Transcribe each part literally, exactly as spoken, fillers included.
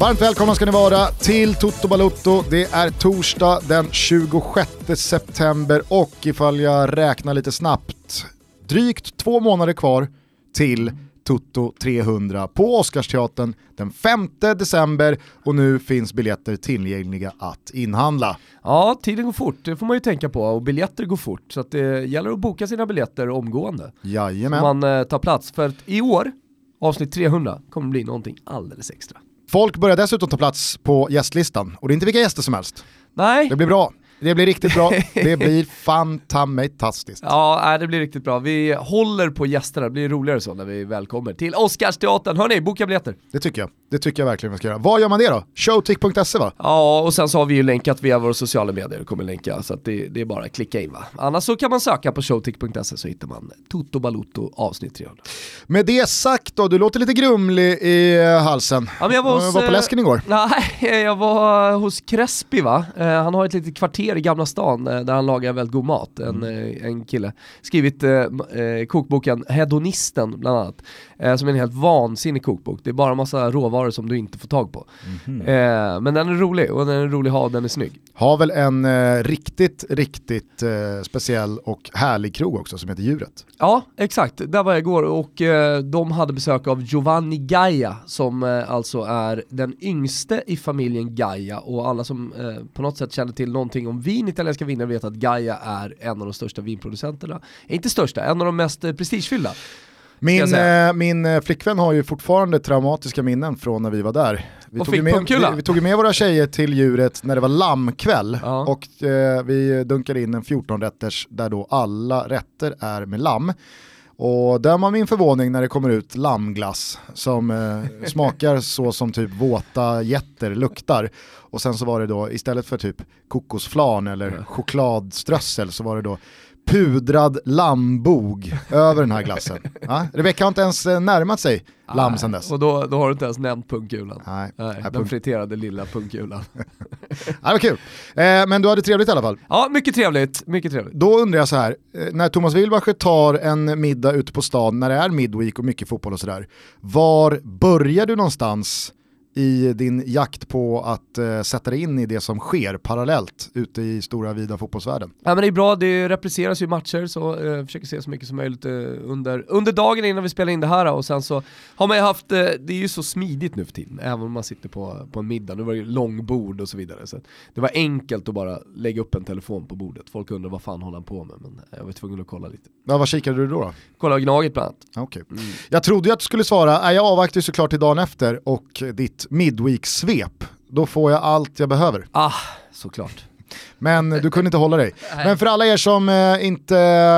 Varmt välkomna ska ni vara till Toto Balotto. Det är torsdag den tjugosjätte september och ifall jag räknar lite snabbt, drygt två månader kvar till Toto trehundra på Oscarsteatern den femte december och nu finns biljetter tillgängliga att inhandla. Ja, tiden går fort, det får man ju tänka på, och biljetter går fort så att det gäller att boka sina biljetter omgående. Jajamän. Så man eh, tar plats, för att i år, avsnitt trehundra, kommer bli någonting alldeles extra. Folk börjar dessutom ta plats på gästlistan och det är inte vilka gäster som helst. Nej. Det blir bra. Det blir riktigt bra. Det blir fantastiskt. Ja, det blir riktigt bra. Vi håller på gästerna. Det blir roligare så när vi väl kommer till Oscarsteatern. Hörrni, boka biljetter. Det tycker jag. Det tycker jag verkligen vi ska göra. Vad gör man det då? showtick punkt se va? Ja, och sen så har vi ju länkat via våra sociala medier. Det kommer länka, så att det, det är bara att klicka in, va? Annars så kan man söka på showtick punkt se så hittar man Toto Balotto avsnitt trehundra. Med det sagt då, du låter lite grumlig i halsen. Ja, men jag var, hos, var på läsken igår. Nej, jag var hos Crespi, va? Han har ett litet kvarter i Gamla stan där han lagar väldigt god mat. En, mm. en kille. Skrivit eh, kokboken Hedonisten bland annat. Eh, som är en helt vansinnig kokbok. Det är bara en massa råvaror som du inte får tag på. Mm. Eh, men den är rolig och den är rolig att ha, den är snygg. Har väl en eh, riktigt, riktigt eh, speciell och härlig krog också som heter Djuret. Ja, exakt. Där var jag igår och eh, de hade besök av Giovanni Gaia som eh, alltså är den yngste i familjen Gaia, och alla som eh, på något sätt känner till någonting om vin, italienska viner, vet att Gaia är en av de största vinproducenterna. Inte största, en av de mest eh, prestigefyllda. Min, äh, min flickvän har ju fortfarande traumatiska minnen från när vi var där. Vi, och tog, fick med, vi, vi tog med våra tjejer till Djuret när det var lammkväll. Ja. Och äh, vi dunkade in en fjorton-rätters där då alla rätter är med lamm. Och där var min förvåning när det kommer ut lammglass som eh, smakar så som typ våta jätter luktar. Och sen så var det då, istället för typ kokosflan eller chokladströssel, så var det då pudrad lammbog över den här glassen. Ja, Rebecca har inte ens närmat sig lamm sedan dess. Och då, då har du inte ens nämnt pungkulan. Nej, Nej, den punk- friterade lilla pungkulan. Ja, det var kul. Eh, men du hade trevligt i alla fall. Ja, mycket trevligt. Mycket trevligt. Då undrar jag så här, när Thomas Wilbacher tar en middag ute på stan, när det är midweek och mycket fotboll och sådär, var börjar du någonstans i din jakt på att uh, sätta dig in i det som sker parallellt ute i stora vida fotbollsvärlden? Ja, men det är bra, det repliceras ju matcher, så uh, försöker se så mycket som möjligt uh, under, under dagen innan vi spelar in det här, och sen så har man ju haft, uh, det är ju så smidigt nu för tiden, även om man sitter på, på en middag, nu var det ju långbord och så vidare, så det var enkelt att bara lägga upp en telefon på bordet. Folk undrar vad fan håller han på med, men jag var tvungen att kolla lite. Ja, vad kikade du då? då? Kolla Gnaget bland annat. Okay. Mm. Jag trodde ju att du skulle svara, äh, jag avvaktar ju såklart till dagen efter och ditt midweek-svep. Då får jag allt jag behöver. Ah, såklart. Men du kunde inte hålla dig. Men för alla er som eh, inte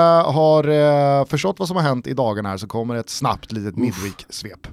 har eh, förstått vad som har hänt i dagarna här, så kommer ett snabbt litet midweek-svep.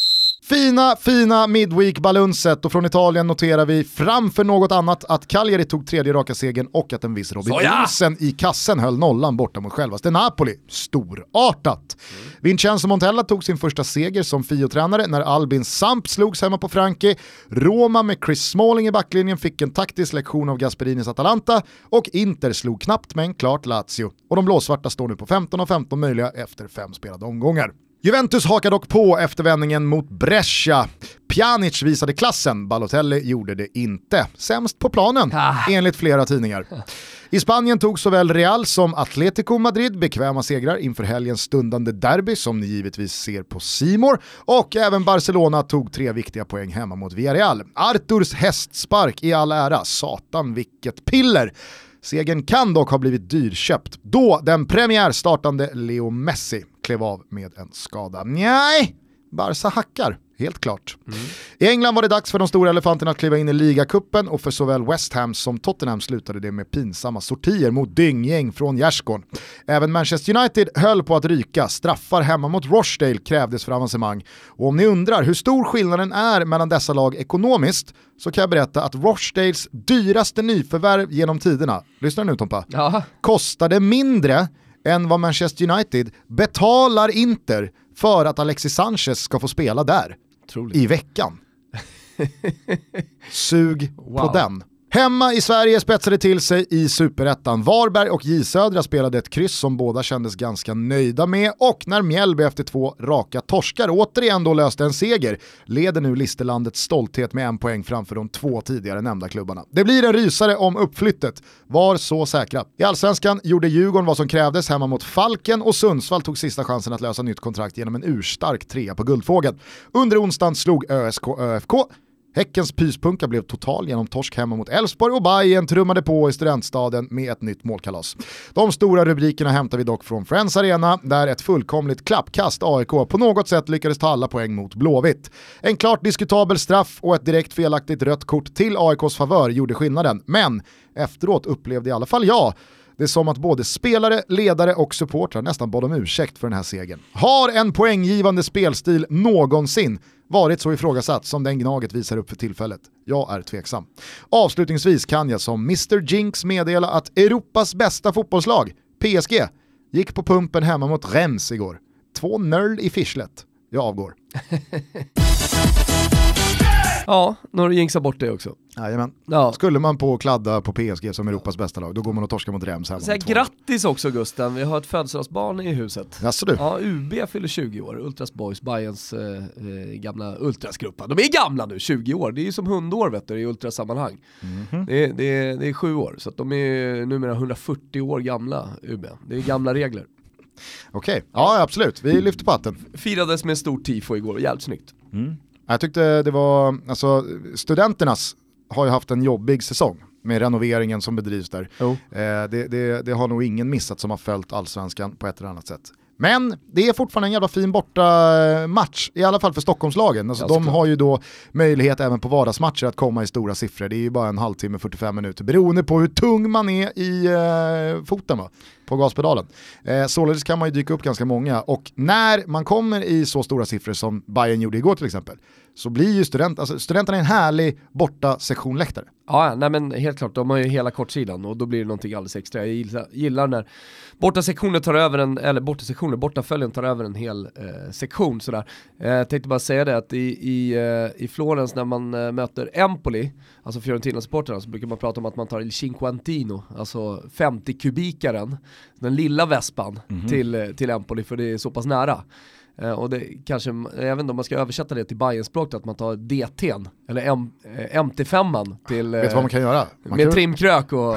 Fina, fina midweek-balunset, och från Italien noterar vi framför något annat att Cagliari tog tredje raka segern och att en viss Robin Olsen i kassen höll nollan borta mot självaste Napoli. Storartat! Mm. Vincenzo Montella tog sin första seger som Fio-tränare när Albin Samp slogs hemma på Frankie. Roma med Chris Smalling i backlinjen fick en taktisk lektion av Gasperinis Atalanta, och Inter slog knappt men klart Lazio. Och de blåsvarta står nu på femton av femton möjliga efter fem spelade omgångar. Juventus hakar dock på efter vändningen mot Brescia. Pjanic visade klassen, Balotelli gjorde det inte. Sämst på planen, ah. enligt flera tidningar. I Spanien tog såväl Real som Atletico Madrid bekväma segrar inför helgens stundande derby, som ni givetvis ser på C More. Och även Barcelona tog tre viktiga poäng hemma mot Villarreal. Arturs hästspark i all ära, satan vilket piller. Segern kan dock ha blivit dyrköpt då den premiärstartande Leo Messi klev av med en skada. Nej, Barca hackar. Helt klart. Mm. I England var det dags för de stora elefanterna att kliva in i ligacupen, och för såväl West Ham som Tottenham slutade det med pinsamma sortier mot dynggäng från Gärsgården. Även Manchester United höll på att ryka. Straffar hemma mot Rochdale krävdes för avancemang. Och om ni undrar hur stor skillnaden är mellan dessa lag ekonomiskt, så kan jag berätta att Rochdales dyraste nyförvärv genom tiderna, lyssna nu Tompa, Jaha. kostade mindre än vad Manchester United betalar Inter för att Alexis Sanchez ska få spela där. Troligt. I veckan. Sug wow. på den. Hemma i Sverige spetsade till sig i Superettan. Varberg och J Södra spelade ett kryss som båda kändes ganska nöjda med, och när Mjällby efter två raka torskar återigen då löste en seger leder nu Listerlandets stolthet med en poäng framför de två tidigare nämnda klubbarna. Det blir en rysare om uppflyttet. Var så säkra. I Allsvenskan gjorde Djurgården vad som krävdes hemma mot Falken, och Sundsvall tog sista chansen att lösa nytt kontrakt genom en urstark trea på Guldfågeln. Under onsdagen slog ÖSK ÖFK. Häckens pyspunka blev total genom torsk hemma mot Elfsborg, och Bayern trummade på i studentstaden med ett nytt målkalas. De stora rubrikerna hämtar vi dock från Friends Arena, där ett fullkomligt klappkast A I K på något sätt lyckades ta alla poäng mot Blåvitt. En klart diskutabel straff och ett direkt felaktigt rött kort till A I K:s favör gjorde skillnaden, men efteråt upplevde i alla fall jag det är som att både spelare, ledare och supportrar nästan bad om ursäkt för den här segern. Har en poänggivande spelstil någonsin varit så ifrågasatt som den Gnaget visar upp för tillfället? Jag är tveksam. Avslutningsvis kan jag som mister Jinx meddela att Europas bästa fotbollslag, P S G, gick på pumpen hemma mot Reims igår. två noll i Fischlet. Jag avgår. Ja, nu har du jinxat bort det också. Jajamän. Ja. Skulle man på kladda på P S G som Europas bästa lag, då går man och torskar mot Reims här. Så grattis också Gusten, vi har ett födelsedagsbarn i huset. Jaså du? Ja, U B fyller tjugo år, Ultras Boys, Bayerns eh, gamla ultrasgruppa. De är gamla nu, tjugo år, det är ju som hundår vet du, i ultrasammanhang. Mm-hmm. Det, är, det, är, det är sju år, så att de är numera hundrafyrtio år gamla, U B. Det är gamla regler. Okej, okay. Ja absolut, vi lyfter på hatten. Firades med en stor tifo igår, jävligt snyggt. Mm. Jag tyckte det var, alltså studenternas har ju haft en jobbig säsong med renoveringen som bedrivs där. Oh. Eh, det, det, det har nog ingen missat som har följt Allsvenskan på ett eller annat sätt. Men det är fortfarande en jävla fin borta match, i alla fall för Stockholmslagen. Alltså, de har ju då möjlighet även på vardagsmatcher att komma i stora siffror. Det är ju bara en halvtimme, fyrtiofem minuter, beroende på hur tung man är i eh, foten va? På gaspedalen. Eh, således kan man ju dyka upp ganska många, och när man kommer i så stora siffror som Bayern gjorde igår till exempel, så blir ju student, alltså studenterna en härlig borta sektionläktare. Ja, nej men helt klart, de har ju hela kortsidan och då blir det någonting alldeles extra. Jag gillar, gillar när borta sektioner tar över en, eller borta sektioner, borta följen tar över en hel eh, sektion sådär. Eh, jag tänkte bara säga det att i, i, eh, i Florens när man eh, möter Empoli, alltså Fiorentina-supporterna, så brukar man prata om att man tar Il Cinquantino, alltså femtio-kubikaren, den lilla vespan mm-hmm. till, till Empoli, för det är så pass nära. Uh, och det kanske, jag vet inte om man ska översätta det till Bayern-språk, att man tar D T:n eller M- M T fem till uh, vet du vad man kan göra? Man med kan... trimkrök och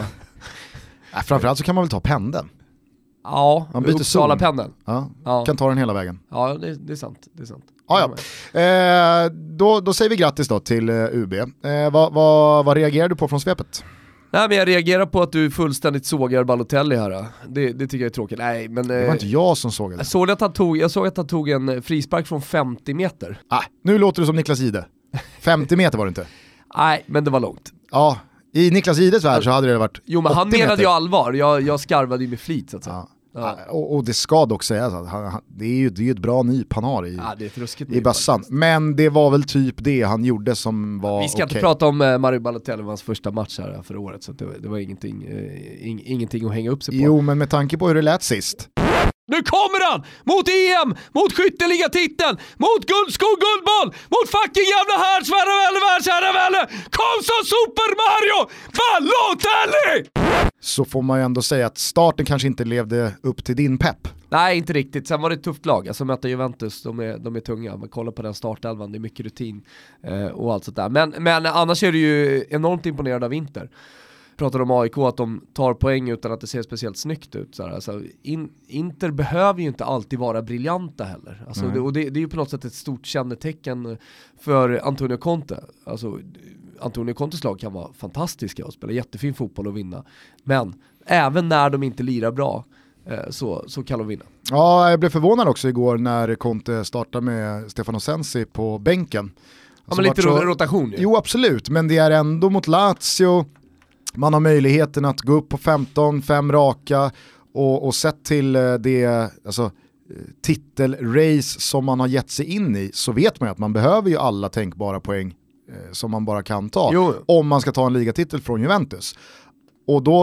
äh, framförallt så kan man väl ta pendeln. Ja, man byter Uppsala pendeln. Ja, ja. Kan ta den hela vägen. Ja, det, det är sant, det är sant. Ah, ja. eh, då, då säger vi grattis då till uh, U B. Eh, vad, vad, vad reagerar du på från svepet? Nej, men jag reagerar på att du fullständigt sågar Balotelli här. Det, det tycker jag är tråkigt. Nej, men, det var eh, inte jag som sågade. Jag såg att han tog, jag såg att han tog en frispark från femtio meter. Ah, nu låter du som Niklas Ide. femtio meter var det inte. Nej, men det var långt. Ja, i Niklas Ides värld så hade det varit Jo, men han menade ju allvar. Jag, jag skarvade ju med flit så att säga. Ja. Ja. Och, och det ska dock sägas att han, han, det är ju det är ett bra nyp han har i, ja, det är i bassan. Men det var väl typ det han gjorde som var. Vi ska okay. inte prata om uh, Mario Balotelli, hans första match här för året, så det, det var ingenting, uh, ing, ingenting att hänga upp sig på. Jo, men med tanke på hur det lät sist. Nu kommer han! Mot E M! Mot skytteligatiteln! Mot guldskog, guldboll! Mot fucking jävla härdsvärre, världsherravälde! Kom så Super Mario! Balotelli! Så får man ju ändå säga att starten kanske inte levde upp till din pepp. Nej, inte riktigt. Sen var det ett tufft lag. Alltså möta Juventus, de är, de är tunga. Man kollar på den startelvan, det är mycket rutin eh, och allt sånt där. Men, men annars är det ju enormt imponerad av Inter. Pratar om A I K att de tar poäng utan att det ser speciellt snyggt ut. Så här. Alltså, in, Inter behöver ju inte alltid vara briljanta heller. Alltså, det, och det, det är ju på något sätt ett stort kännetecken för Antonio Conte. Alltså, Antonio Contes lag kan vara fantastiska och spela jättefin fotboll och vinna. Men även när de inte lirar bra eh, så, så kan de vinna. Ja, jag blev förvånad också igår när Conte startade med Stefano Sensi på bänken. Ja, men lite så, rotation ju. Jo, absolut. Men det är ändå mot Lazio. Man har möjligheten att gå upp på femton, fem raka och, och sett till det alltså, titelrace som man har gett sig in i, så vet man ju att man behöver ju alla tänkbara poäng eh, som man bara kan ta. Jo. Om man ska ta en ligatitel från Juventus. Och då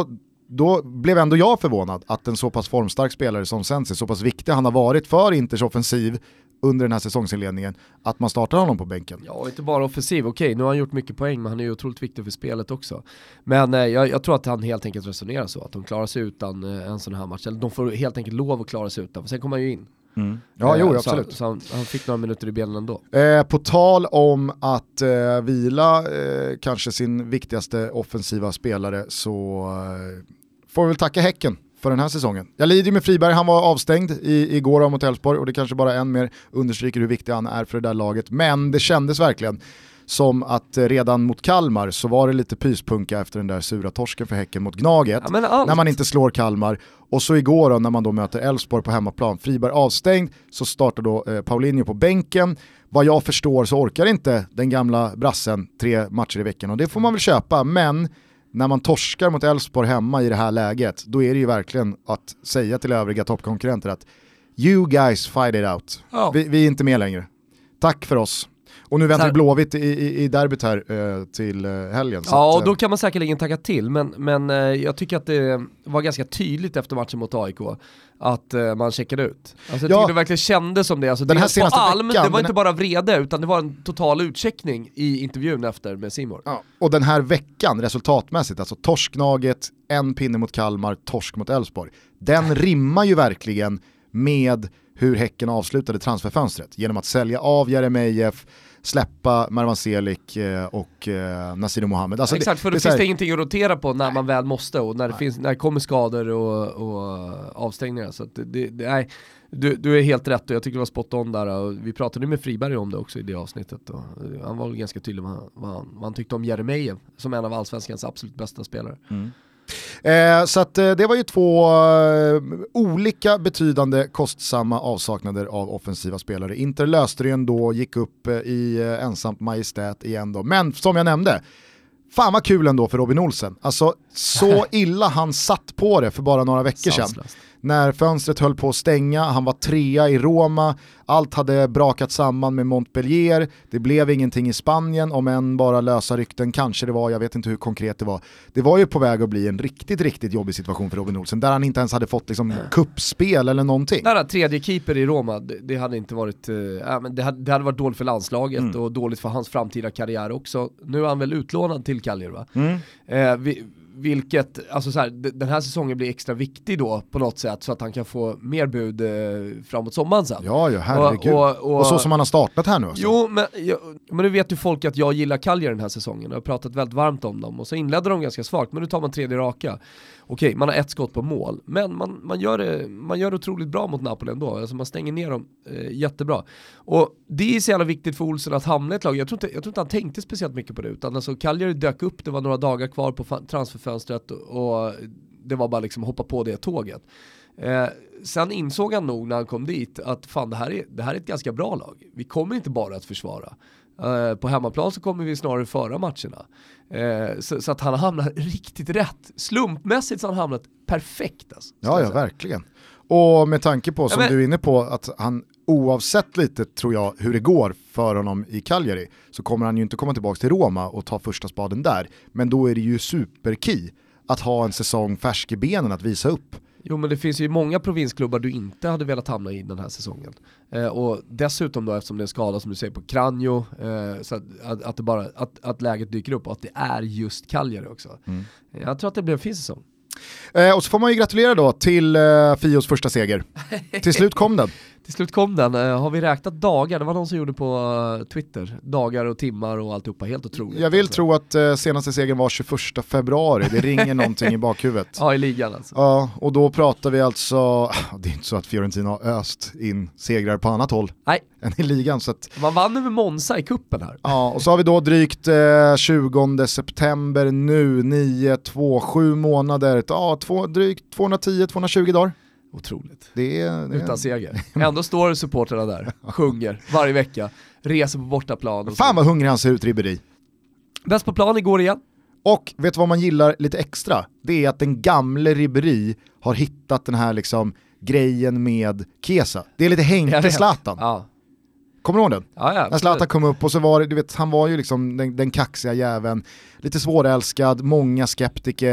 då blev ändå jag förvånad att en så pass formstark spelare som Sensi, så pass viktig han har varit för Inters offensiv under den här säsongsinledningen, att man startar honom på bänken. Ja, och inte bara offensiv. Okej, nu har han gjort mycket poäng, men han är ju otroligt viktig för spelet också. Men eh, jag, jag tror att han helt enkelt resonerar så, att de klarar sig utan eh, en sån här match. Eller de får helt enkelt lov att klara sig utan, för sen kommer han ju in. Mm. Ja, eh, jo, så, absolut. Så han, han fick några minuter i benen ändå. Eh, på tal om att eh, vila eh, kanske sin viktigaste offensiva spelare, så eh, får vi väl tacka Häcken för den här säsongen. Jag lider med Friberg, han var avstängd i, igår mot Elfsborg, och det kanske bara än mer understryker hur viktig han är för det där laget. Men det kändes verkligen som att redan mot Kalmar så var det lite pyspunka efter den där sura torsken för Häcken mot Gnaget. Ja, när man inte slår Kalmar. Och så igår då, när man då möter Elfsborg på hemmaplan, Friberg avstängd, så startar då eh, Paulinho på bänken. Vad jag förstår så orkar inte den gamla brassen tre matcher i veckan, och det får man väl köpa, men när man torskar mot Elfsborg hemma i det här läget, då är det ju verkligen att säga till övriga toppkonkurrenter att you guys fight it out. Oh. Vi, vi är inte med längre. Tack för oss. Och nu väntar Blåvitt i, i, i derbyt här eh, till eh, helgen. Så ja, att, och då kan man säkerligen tacka till, men, men eh, jag tycker att det var ganska tydligt efter matchen mot A I K att eh, man checkade ut. Alltså, jag ja, tycker det verkligen kändes som det. Alltså, den här senaste Alm, veckan, det var inte här... bara vrede, utan det var en total utcheckning i intervjun efter med Simor. Ja, och den här veckan resultatmässigt, alltså torsknaget, en pinne mot Kalmar, torsk mot Elfsborg. Den rimmar ju verkligen med hur Häcken avslutade transferfönstret genom att sälja av Jeremejeff, släppa Marwan Selik och eh, Nasir Mohammed. Alltså, exakt, för det, då det finns här... det ingenting att rotera på när nej. man väl måste, och när det, finns, när det kommer skador och, och avstängningar. Så att det, det, nej, du, du är helt rätt, och jag tycker det var spot on där. Och vi pratade med Friberg om det också i det avsnittet. Och han var ganska tydlig med vad han, vad han tyckte om Jeremejeff som en av allsvenskans absolut bästa spelare. Mm. Eh, så att, eh, det var ju två eh, olika betydande kostsamma avsaknader av offensiva spelare. Inter löste det ändå, gick upp eh, i eh, ensamt majestät igen då. Men som jag nämnde, fan vad kul ändå för Robin Olsen. Alltså så illa han satt på det för bara några veckor sedan. När fönstret höll på att stänga, han var trea i Roma, allt hade brakat samman med Montpellier, det blev ingenting i Spanien, om än bara lösa rykten, kanske det var, jag vet inte hur konkret det var. Det var ju på väg att bli en riktigt, riktigt jobbig situation för Robin Olsen, där han inte ens hade fått liksom kuppspel eller någonting. Där tredje keeper i Roma, det, det hade inte varit, äh, men det, hade, det hade varit dåligt för landslaget mm. och dåligt för hans framtida karriär också. Nu är han väl utlånad till Cagliari, va? Mm. Eh, vi, Vilket, alltså så här, den här säsongen blir extra viktig då på något sätt, så att han kan få mer bud eh, framåt sommaren sen. Ja, ja, herregud. Och, och, och, och så som han har startat här nu. Alltså. Jo, men, ja, men nu vet ju folk att jag gillar Cagliari den här säsongen. Jag har pratat väldigt varmt om dem. Och så inledde de ganska svagt, men nu tar man tredje raka. Okej, man har ett skott på mål, men man, man, gör det, man gör det otroligt bra mot Napoli ändå. Alltså man stänger ner dem eh, jättebra. Och det är så jävla viktigt för Olsen att hamna i ett lag. Jag tror inte, jag tror inte han tänkte speciellt mycket på det, utan alltså Cagliari dök upp, det var några dagar kvar på transferfönstret och det var bara liksom hoppa på det tåget. Eh, sen insåg han nog när han kom dit att fan, det här är, det här är ett ganska bra lag. Vi kommer inte bara att försvara. Uh, på hemmaplan så kommer vi snarare föra matcherna. Uh, så, så att han har hamnat riktigt rätt. Slumpmässigt så har han hamnat perfekt. Alltså, ja, ja, verkligen. Och med tanke på, som ja, men... du är inne på, att han oavsett lite, tror jag, hur det går för honom i Cagliari, så kommer han ju inte komma tillbaka till Roma och ta första spaden där. Men då är det ju superkey att ha en säsong färsk i benen att visa upp. Jo, men det finns ju många provinsklubbar du inte hade velat hamna i den här säsongen. Eh, och dessutom då, eftersom det är skada som du säger på Kranjo, eh, så att, att, det bara, att, att läget dyker upp och att det är just Cagliari också. Mm. Jag tror att det blir en fin säsong. Eh, och så får man ju gratulera då till eh, Fios första seger. Till slut kom den. Till slut kom den. Uh, har vi räknat dagar? Det var någon som gjorde på uh, Twitter. Dagar och timmar och alltihopa. Helt otroligt. Jag vill alltså. tro att uh, senaste segern var tjugoförsta februari. Det ringer någonting i bakhuvudet. Ja, i ligan alltså. Ja, uh, och då pratar vi alltså... Det är inte så att Fiorentina har öst in segrar på annat håll. Nej. Än i ligan. Så att... Man vann över Monza i kuppen här. Ja, och så har vi då drygt uh, tjugonde september nu. nio, två, sju månader. Ja, två, drygt tvåhundratio, tvåhundratjugo dagar. Otroligt. Det är, det är... Utan seger. Ändå står supporterna där, sjunger varje vecka, reser på bortaplan. Och fan vad hungrig han ser ut, Ribéry. Bäst på plan igår igen. Och vet du vad man gillar lite extra? Det är att den gamle Ribéry har hittat den här liksom grejen med Chiesa. Det är lite Henke Zlatan. Ja. Kommer du ihåg den? Ja, ja. När Zlatan kom upp och så var det, du vet, han var ju liksom den, den kaxiga jäveln. Lite svårälskad, många skeptiker.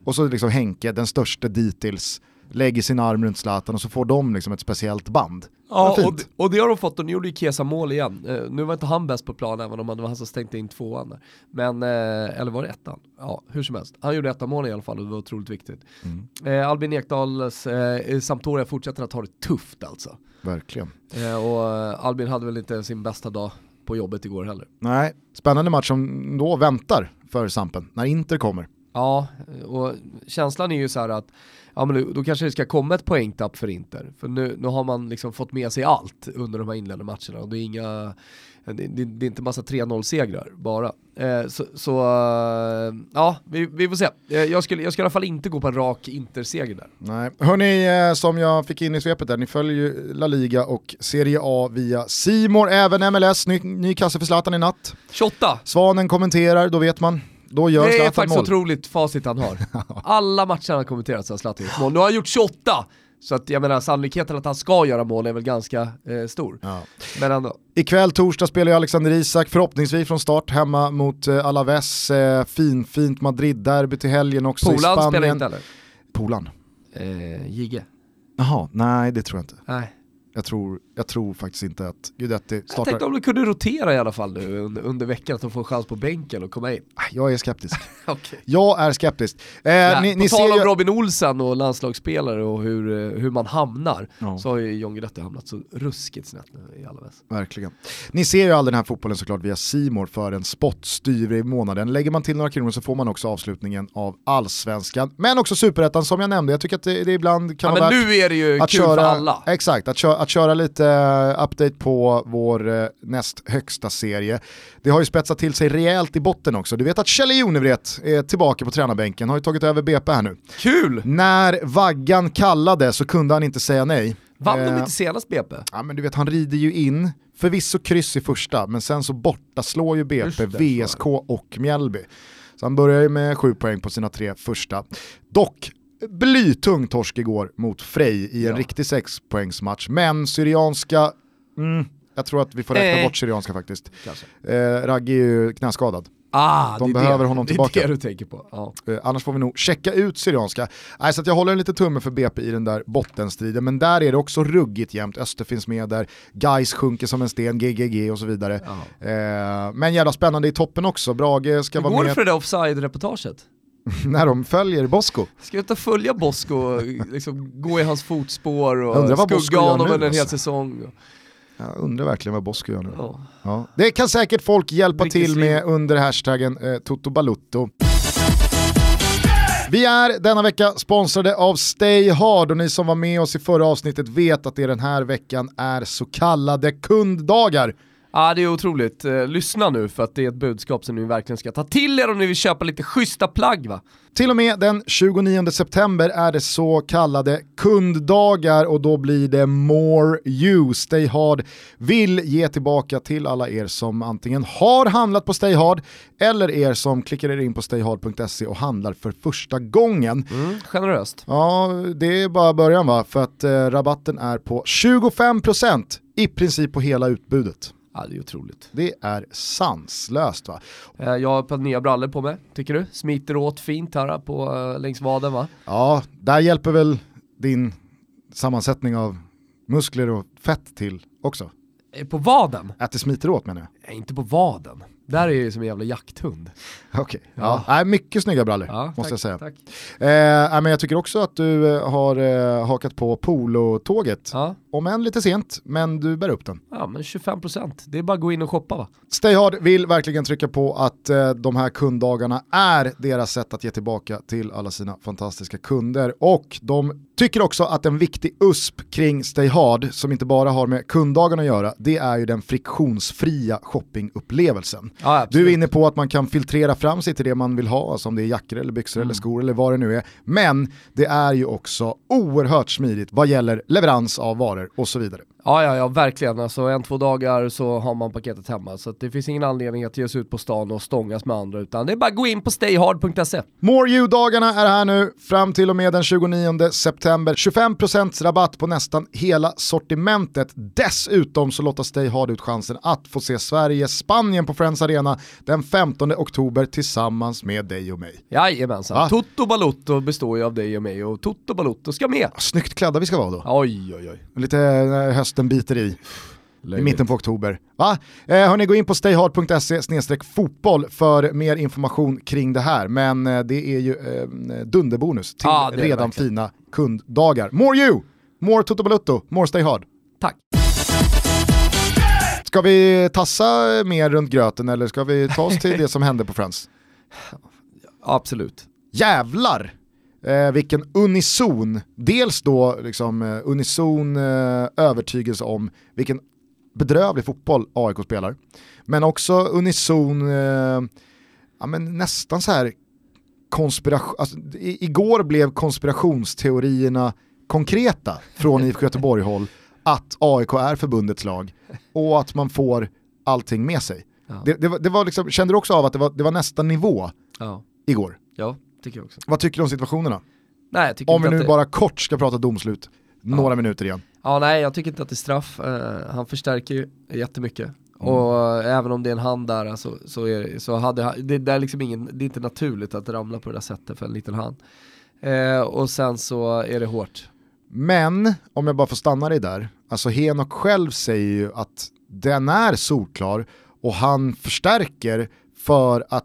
Och så liksom Henke, den största dittills, lägger sin arm runt Zlatan och så får de liksom ett speciellt band. Ja, och, och det har de fått, och nu gjorde ju Kesa mål igen. Uh, nu var inte han bäst på plan, även om det var han som stängde in tvåan där. Men, uh, eller var det ettan? Ja, hur som helst. Han gjorde ettan mål i alla fall och det var otroligt viktigt. Mm. Uh, Albin Ekdals uh, Sampdoria fortsätter att ha det tufft alltså. Verkligen. Uh, och uh, Albin hade väl inte sin bästa dag på jobbet igår heller. Nej, spännande match som då väntar för Sampen, när Inter kommer. Ja, och känslan är ju så här att ja, men då, då kanske det ska komma ett poängtapp för Inter. För nu, nu har man liksom fått med sig allt under de här inledande matcherna. Och det är inga, det, det, det är inte massa tre noll-segrar bara. Eh, så så eh, ja, vi, vi får se. Eh, jag, skulle, jag skulle i alla fall inte gå på en rak Inter-seger där. Nej. Hörrni, eh, som jag fick in i svepet där, ni följer ju La Liga och Serie A via C More, även M L S, ny, ny kasse för Zlatan i natt. tjugoåtta! Svanen kommenterar, då vet man. Då gör det är Zlatan faktiskt mål. Otroligt facit han har. Alla matcher har kommenterat så Zlatan gjort mål. Nu har han gjort tjugoåtta. Så att jag menar, sannolikheten att han ska göra mål är väl ganska eh, stor. Ja. Men ändå. Ikväll torsdag spelar ju Alexander Isak förhoppningsvis från start hemma mot eh, Alaves. Eh, fin, fint Madrid-derby till helgen också. Polan i Spanien. Spelar inte eller? Polan? Eh, Jigge. Jaha, nej det tror jag inte. Nej. Jag tror, jag tror faktiskt inte att Guidetti startar. Jag tänkte om du kunde rotera i alla fall nu under, under veckan, att de får en chans på bänken och komma in. Jag är skeptisk. Okay. Jag är skeptisk. Eh, ja, ni, på ni tal ser om ju... Robin Olsen och landslagsspelare och hur, hur man hamnar, ja. Så har ju John Guidetti hamnat så ruskigt snett nu i alla väst. Verkligen. Ni ser ju all den här fotbollen såklart via C More för en spottstyver i månaden. Lägger man till några kronor så får man också avslutningen av Allsvenskan. Men också Superettan som jag nämnde. Jag tycker att det, det ibland kan ja, vara men värt nu är det ju att kul köra, för alla. Exakt, att köra, att köra lite update på vår uh, näst högsta serie. Det har ju spetsat till sig rejält i botten också. Du vet att Kjell Jonevret är tillbaka på tränarbänken, har ju tagit över B P här nu. Kul! När vaggan kallade så kunde han inte säga nej. Vann eh, de inte senast B P? Ja, men du vet, han rider ju in, förvisso kryss i första, men sen så borta slår ju B P, V S K och Mjällby. Så han börjar ju med sju poäng på sina tre första. Dock blytung torsk igår mot Frej i en ja. riktig sexpoängsmatch. Men Syrianska, mm, jag tror att vi får räkna eh. bort Syrianska faktiskt. Eh, Raggi är ju knäskadad. Ah, de behöver det, honom tillbaka. Det är det du tänker på. Ja. Eh, annars får vi nog checka ut Syrianska. Nej, så att jag håller en lite tumme för B P i den där bottenstriden. Men där är det också ruggigt jämnt. Öster finns med där. Gais sjunker som en sten, G G G och så vidare. Ja. Eh, men jävla spännande i toppen också. Brage ska Hur vara går med. Går för det offside-reportaget? När de följer Bosko. Ska jag inte följa Bosko och liksom gå i hans fotspår och skugga honom under en hel säsong? Jag undrar verkligen vad Bosko gör nu. Oh. Ja. Det kan säkert folk hjälpa Riktigt till med under hashtaggen eh, Toto Balutto. Vi är denna vecka sponsrade av Stay Hard och ni som var med oss i förra avsnittet vet att det den här veckan är så kallade kunddagar. Ja, det är otroligt. Lyssna nu för att det är ett budskap som ni verkligen ska ta till er om ni vill köpa lite schyssta plagg, va? Till och med den tjugonionde september är det så kallade kunddagar och då blir det more you. Stay Hard vill ge tillbaka till alla er som antingen har handlat på Stay Hard eller er som klickar er in på stay hard punkt se och handlar för första gången. Mm, generöst. Ja, det är bara början, va? För att eh, rabatten är på tjugofem procent i princip på hela utbudet. Ja, det är otroligt. Det är sanslöst, va? Jag har ett par nya brallor på mig, tycker du? Smiter åt fint här på uh, längs vaden, va? Ja, där hjälper väl din sammansättning av muskler och fett till också. På vaden? Att det smiter åt, menar jag. Nej, inte på vaden. Där är ju som en jävla jakthund. Okej, okay. ja. ja. Mycket snygga brallor, ja, måste tack, jag säga. Tack. Eh, men jag tycker också att du har eh, hakat på polotåget. Ja. Om än lite sent, men du bär upp den. Ja, men tjugofem procent. Det är bara att gå in och shoppa, va? Stay Hard vill verkligen trycka på att eh, de här kunddagarna är deras sätt att ge tillbaka till alla sina fantastiska kunder. Och de tycker också att en viktig U S P kring Stay Hard, som inte bara har med kunddagarna att göra, det är ju den friktionsfria shoppingupplevelsen. Ja, du är inne på att man kan filtrera fram sig till det man vill ha, alltså om det är jackor eller byxor mm. eller skor eller vad det nu är. Men det är ju också oerhört smidigt vad gäller leverans av varor och så vidare. Ja, ja, ja, verkligen. Alltså en, två dagar så har man paketet hemma. Så att det finns ingen anledning att ge sig ut på stan och stångas med andra, utan det är bara att gå in på stay hard punkt se. More You-dagarna är här nu fram till och med den tjugonionde september. tjugofem procent rabatt på nästan hela sortimentet. Dessutom så låter Stay Hard ut chansen att få se Sverige-Spanien på Friends Arena den femtonde oktober tillsammans med dig och mig. Jajamensan. Va? Toto Balotto består ju av dig och mig och Toto Balotto ska med. Snyggt klädda vi ska vara då. Oj, oj, oj. Lite äh, hösten biter i. Löjligt. I mitten på oktober. Va? Eh, hörni, gå in på stay hard punkt se snedstreck fotboll för mer information kring det här. Men eh, det är ju eh, dunderbonus till ah, redan fina kunddagar. More you! More Toto Balotto, more Stay Hard. Tack. Ska vi tassa mer runt gröten eller ska vi ta oss till det som hände på Friends? Absolut. Jävlar! Eh, vilken unison, dels då liksom eh, unison eh, övertygelse om vilken bedrövlig fotboll A I K spelar, men också unison eh, ja, men nästan så här konspiration, alltså, i, igår blev konspirationsteorierna konkreta från I F K Göteborg-håll att A I K är förbundets lag och att man får allting med sig. Ja. Det, det, var, det var liksom, kände du också av att det var, det var nästa nivå ja. igår? Ja. Tycker jag också. Vad tycker du om situationerna? Nej, jag tycker om vi nu det... bara kort ska prata domslut, ja. några minuter igen. Ja, nej, jag tycker inte att det är straff. Uh, han förstärker ju jättemycket. Mm. Och uh, även om det är en hand där alltså, så, är, så hade det, det är liksom ingen, det är inte naturligt att ramla på det där sättet för en liten hand. Uh, och sen så är det hårt. Men om jag bara får stanna dig där, alltså Henok själv säger ju att den är solklar och han förstärker för att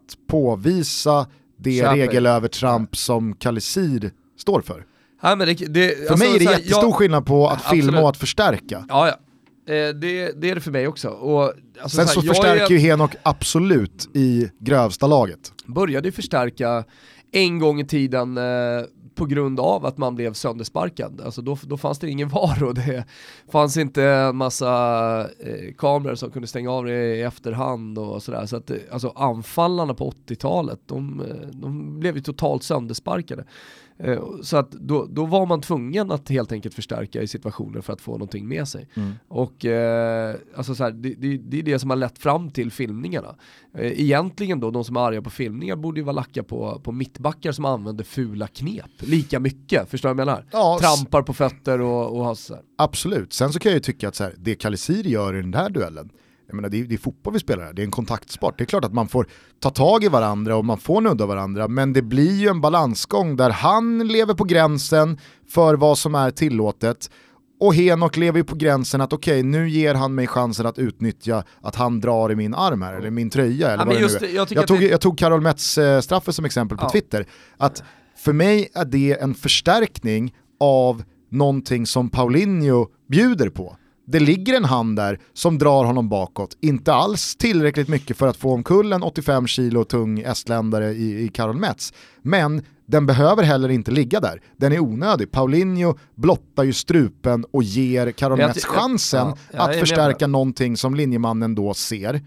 påvisa det Köper. regelövertramp som Kalisir står för. Ja, men det, det, för alltså, mig är det här, jättestor jag, skillnad på att absolut. filma och att förstärka. Ja, ja. Eh, det, det är det för mig också. Och, alltså, Sen så, så här, förstärker är, ju Henok absolut i grövsta laget. Började ju förstärka en gång i tiden eh, på grund av att man blev söndersparkad. Alltså då, då fanns det ingen V A R och det fanns inte en massa eh, kameror som kunde stänga av det i efterhand och sådär. Så att alltså, anfallarna på åttiotalet, de, de blev ju totalt söndersparkade. Eh, så att då, då var man tvungen att helt enkelt förstärka i situationer för att få någonting med sig. Mm. Och eh, alltså så här, det, det, det är det som har lett fram till filmningarna. Eh, egentligen då, de som är arga på filmningar borde ju vara lacka på, på mittbackar som använder fula knep. Lika mycket, förstår du vad jag menar? Ja, trampar på fötter och, och har så här. Absolut, sen så kan jag ju tycka att så här, det Kalisir gör i den här duellen, jag menar, det är, det är fotboll vi spelar här, det är en kontaktsport. Det är klart att man får ta tag i varandra och man får nudda varandra, men det blir ju en balansgång där han lever på gränsen för vad som är tillåtet och Henok lever ju på gränsen att okej, okay, nu ger han mig chansen att utnyttja att han drar i min arm här, eller min tröja eller ja, vad det nu är. Jag, jag, tog, det... jag tog Karol Metz äh, straffer som exempel på ja. Twitter, att för mig är det en förstärkning av någonting som Paulinho bjuder på. Det ligger en hand där som drar honom bakåt. Inte alls tillräckligt mycket för att få omkull en åttiofem kilo tung estländare i, i Karol Metz. Men den behöver heller inte ligga där. Den är onödig. Paulinho blottar ju strupen och ger Karol Metz chansen ja, ja, att förstärka någonting som linjemannen då ser.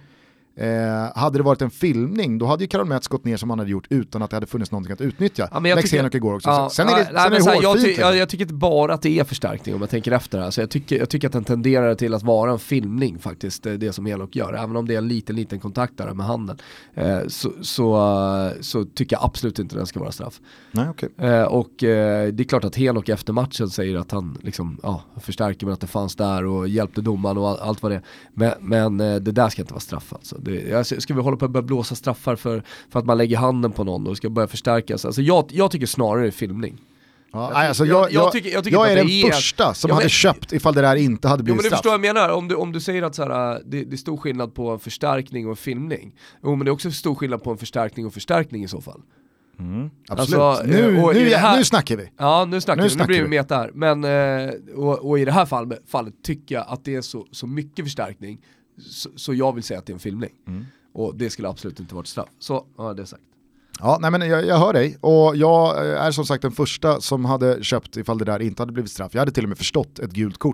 Eh, hade det varit en filmning, då hade ju Karol Metz gått ner som han hade gjort utan att det hade funnits någonting att utnyttja. Ja, men jag Lex Henok igår också. Ja, sen är det, ja, sen är det här, jag, ty- jag, jag tycker inte bara att det är förstärkning om jag tänker efter det här. Så jag, tycker, jag tycker att den tenderar till att vara en filmning faktiskt, det som Henok gör. Även om det är en liten, liten kontakt där med handen. Eh, så, så, så tycker jag absolut inte den ska vara straff. Nej, okay. eh, och eh, det är klart att Henok efter matchen säger att han liksom, ja, förstärker med att det fanns där och hjälpte domaren och all, allt vad det är. Men, men eh, det där ska inte vara straff alltså. Det, jag, ska vi hålla på att börja blåsa straffar för, för att man lägger handen på någon och ska börja förstärkas? Alltså jag, jag tycker snarare det är filmning. Ja, jag, alltså jag, jag, jag, tycker, jag, tycker jag är den är första som ja, hade men, köpt ifall det där inte hade blivit straff. Jo, men du förstår vad jag menar. Om du, om du säger att så här, det, det är stor skillnad på en förstärkning och en filmning. Jo, men det är också stor skillnad på en förstärkning och förstärkning i så fall. Mm, absolut. Alltså, nu, nu, här, nu snackar vi. Ja, nu snackar nu vi. Nu blir vi med där. Men, och, och i det här fall, fallet tycker jag att det är så, så mycket förstärkning så, så jag vill säga att det är en filmning. Mm. Och det skulle absolut inte vara ett straff. Så, ja, det är sagt. Ja, nej men jag, jag hör dig. Och jag är som sagt den första som hade köpt ifall det där inte hade blivit straff. Jag hade till och med förstått ett gult kort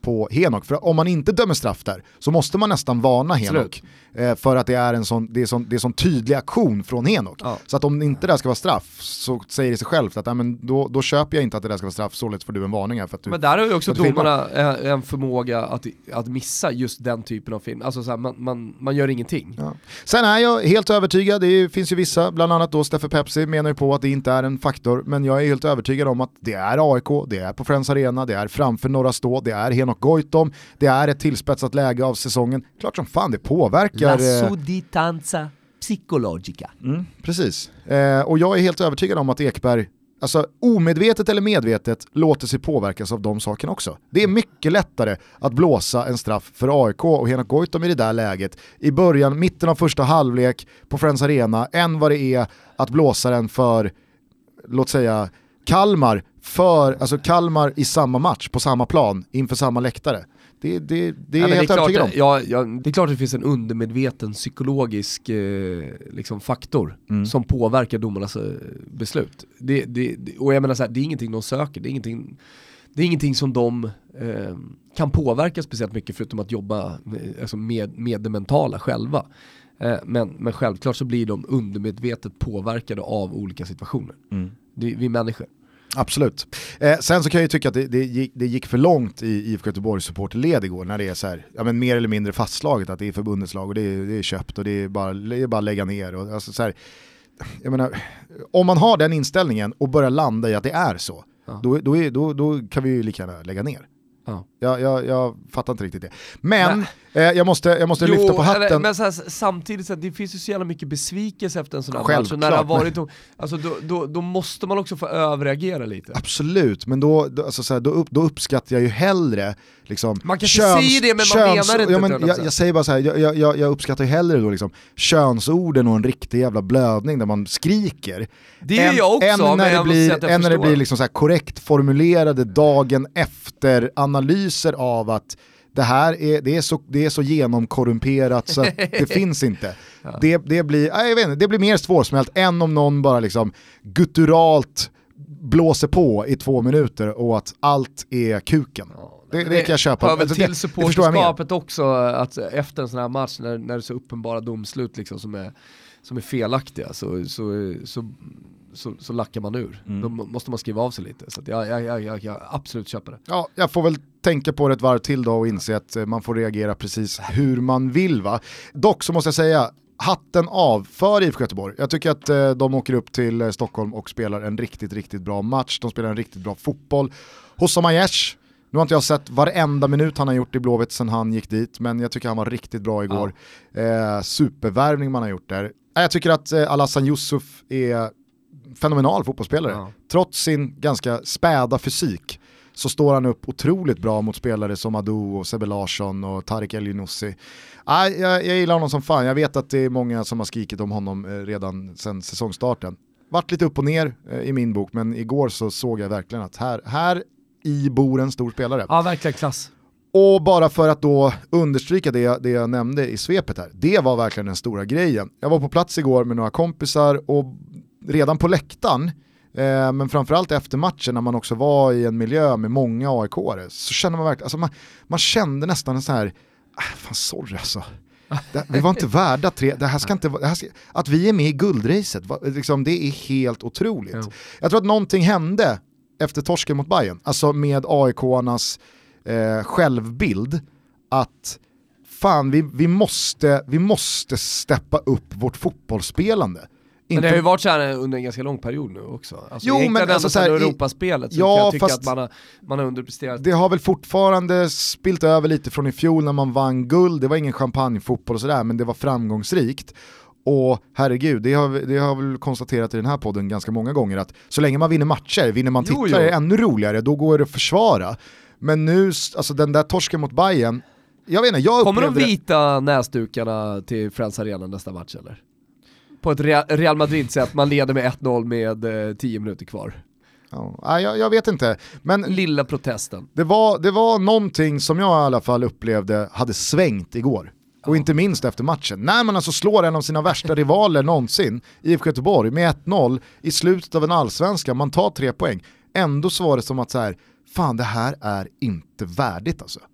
på Henok. För om man inte dömer straff där så måste man nästan varna Henok. Eh, för att det är en sån, det är sån, det är sån tydlig aktion från Henok. Ja. Så att om inte det där ska vara straff så säger det sig självt att ja, men då, då köper jag inte att det där ska vara straff, således får du en varning här. För att du, men där har ju också domarna en, en förmåga att, att missa just den typen av film. Alltså så här, man, man, man gör ingenting. Ja. Sen är jag helt övertygad, det finns ju vissa, bland annat då Steffe Pepsi menar ju på att det inte är en faktor, men jag är helt övertygad om att det är A I K, det är på Friends Arena, det är framför Norra Stå, det är Henok Goitom, det är ett tillspetsat läge av säsongen. Klart som fan det påverkar. La sudditanza psykologica. Mm, precis. Eh, och jag är helt övertygad om att Ekberg, alltså omedvetet eller medvetet, låter sig påverkas av de sakerna också. Det är mycket lättare att blåsa en straff för A I K och Henok Goitom i det där läget i början, mitten av första halvlek på Friends Arena än vad det är att blåsa den för, låt säga, Kalmar, för, alltså Kalmar i samma match, på samma plan, inför samma läktare. Det, det, det är ja, helt övertygad om. Ja, ja, det är klart att det finns en undermedveten psykologisk eh, liksom faktor mm. som påverkar domarnas eh, beslut. Det, det, och jag menar så här, det är ingenting de söker, det är ingenting, det är ingenting som de eh, kan påverka speciellt mycket förutom att jobba med, alltså med, med det mentala själva. Eh, men, men självklart så blir de undermedvetet påverkade av olika situationer. Mm. Det, vi människor. Absolut. Eh, sen så kan jag ju tycka att det, det, gick, det gick för långt i I F K Göteborgs supporterled igår när det är så här, ja, men mer eller mindre fastslaget att det är förbundets lag och det är, det är köpt och det är bara, det är bara att lägga ner. Och, alltså, så här, jag menar, om man har den inställningen och börjar landa i att det är så, ja. då, då, är, då, då kan vi ju lika gärna lägga ner. Ja. Jag, jag, jag fattar inte riktigt det. Men eh, jag måste, jag måste jo, lyfta på hatten. Eller, men så här, samtidigt så här, det finns ju så jävla mycket besvikelse efter en sån här match. När det har varit, alltså, då, då, då måste man också få överreagera lite. Absolut, men då, då, alltså, så här, då, upp, då uppskattar jag ju hellre liksom, man kan köns, inte säga det, men köns, man menar inte. Ja, men, jag, jag säger bara så här, jag, jag, jag uppskattar ju hellre då liksom, könsorden och en riktig jävla blödning där man skriker. Det är jag också, än när det blir, än när det blir liksom så här korrekt formulerade dagen efter analyser av att det här är, det är, så, det är så genomkorrumperat så att det finns inte. Ja. Det, det, blir, jag vet inte, det blir mer svårsmält än om någon bara liksom gutturalt blåser på i två minuter och att allt är kuken. Ja, det, det kan jag köpa. Hör väl till supporterskapet också att efter en sån här match när, när det är så uppenbara domslut liksom, som, är, som är felaktiga så, så, så, så, så lackar man ur. Mm. Då måste man skriva av sig lite. Så att jag, jag, jag, jag, jag absolut köper det. Ja, jag får väl tänka på det ett varv till då och inse att man får reagera precis hur man vill, va. Dock så måste jag säga, hatten av för I F K Göteborg. Jag tycker att eh, de åker upp till eh, Stockholm och spelar en riktigt, riktigt bra match. De spelar en riktigt bra fotboll. Hossam Aiesh, nu har inte jag sett varenda minut han har gjort i Blåvitt sedan han gick dit, men jag tycker han var riktigt bra igår. Ja. Eh, supervärvning man har gjort där. Jag tycker att eh, Alassan Yusuf är fenomenal fotbollsspelare. Ja. Trots sin ganska späda fysik så står han upp otroligt bra mot spelare som Adu och Sebbe Larsson och Tarek El Younousi. Ah, jag, jag gillar honom som fan. Jag vet att det är många som har skrikit om honom eh, redan sedan säsongstarten. Vart lite upp och ner eh, i min bok, men igår så såg jag verkligen att här, här i bor en stor spelare. Ja, verkligen klass. Och bara för att då understryka det, det jag nämnde i svepet här. Det var verkligen den stora grejen. Jag var på plats igår med några kompisar och redan på läktaren, eh, men framförallt efter matchen när man också var i en miljö med många A I K-are, så kände man verkligen, alltså man, man kände nästan en sån här, äh, fan sorry alltså. Det, vi var inte värda tre, det här ska inte det här ska, att vi är med i guldracet, liksom, det är helt otroligt. Ja. Jag tror att någonting hände efter torsken mot Bayern, alltså med A I K-arnas eh, självbild, att fan vi, vi, måste, vi måste steppa upp vårt fotbollsspelande. Men det har ju varit så här under en ganska lång period nu också. Alltså, jo, men alltså så här, Europaspelet så ja, kan jag tycka fast att man har, man har underpresterat. Det har väl fortfarande spilt över lite från i fjol när man vann guld. Det var ingen champagnefotboll och sådär, men det var framgångsrikt. Och herregud, det har, det har väl konstaterat i den här podden ganska många gånger att så länge man vinner matcher, vinner man titlar, jo, jo. är det ännu roligare, då går det att försvara. Men nu, alltså den där torsken mot Bayern, jag vet inte, jag kommer de vita näsdukarna till Friends Arena nästa match eller? På ett Real Madrid-sätt, man leder med ett noll med eh, tio minuter kvar. Ja, jag, jag vet inte. Men lilla protesten. Det var, det var någonting som jag i alla fall upplevde hade svängt igår. Ja. Och inte minst efter matchen. När man alltså slår en av sina värsta rivaler någonsin, I F K Göteborg, med ett noll i slutet av en allsvenska, man tar tre poäng. Ändå så var det som att så här, fan det här är inte värdigt alltså.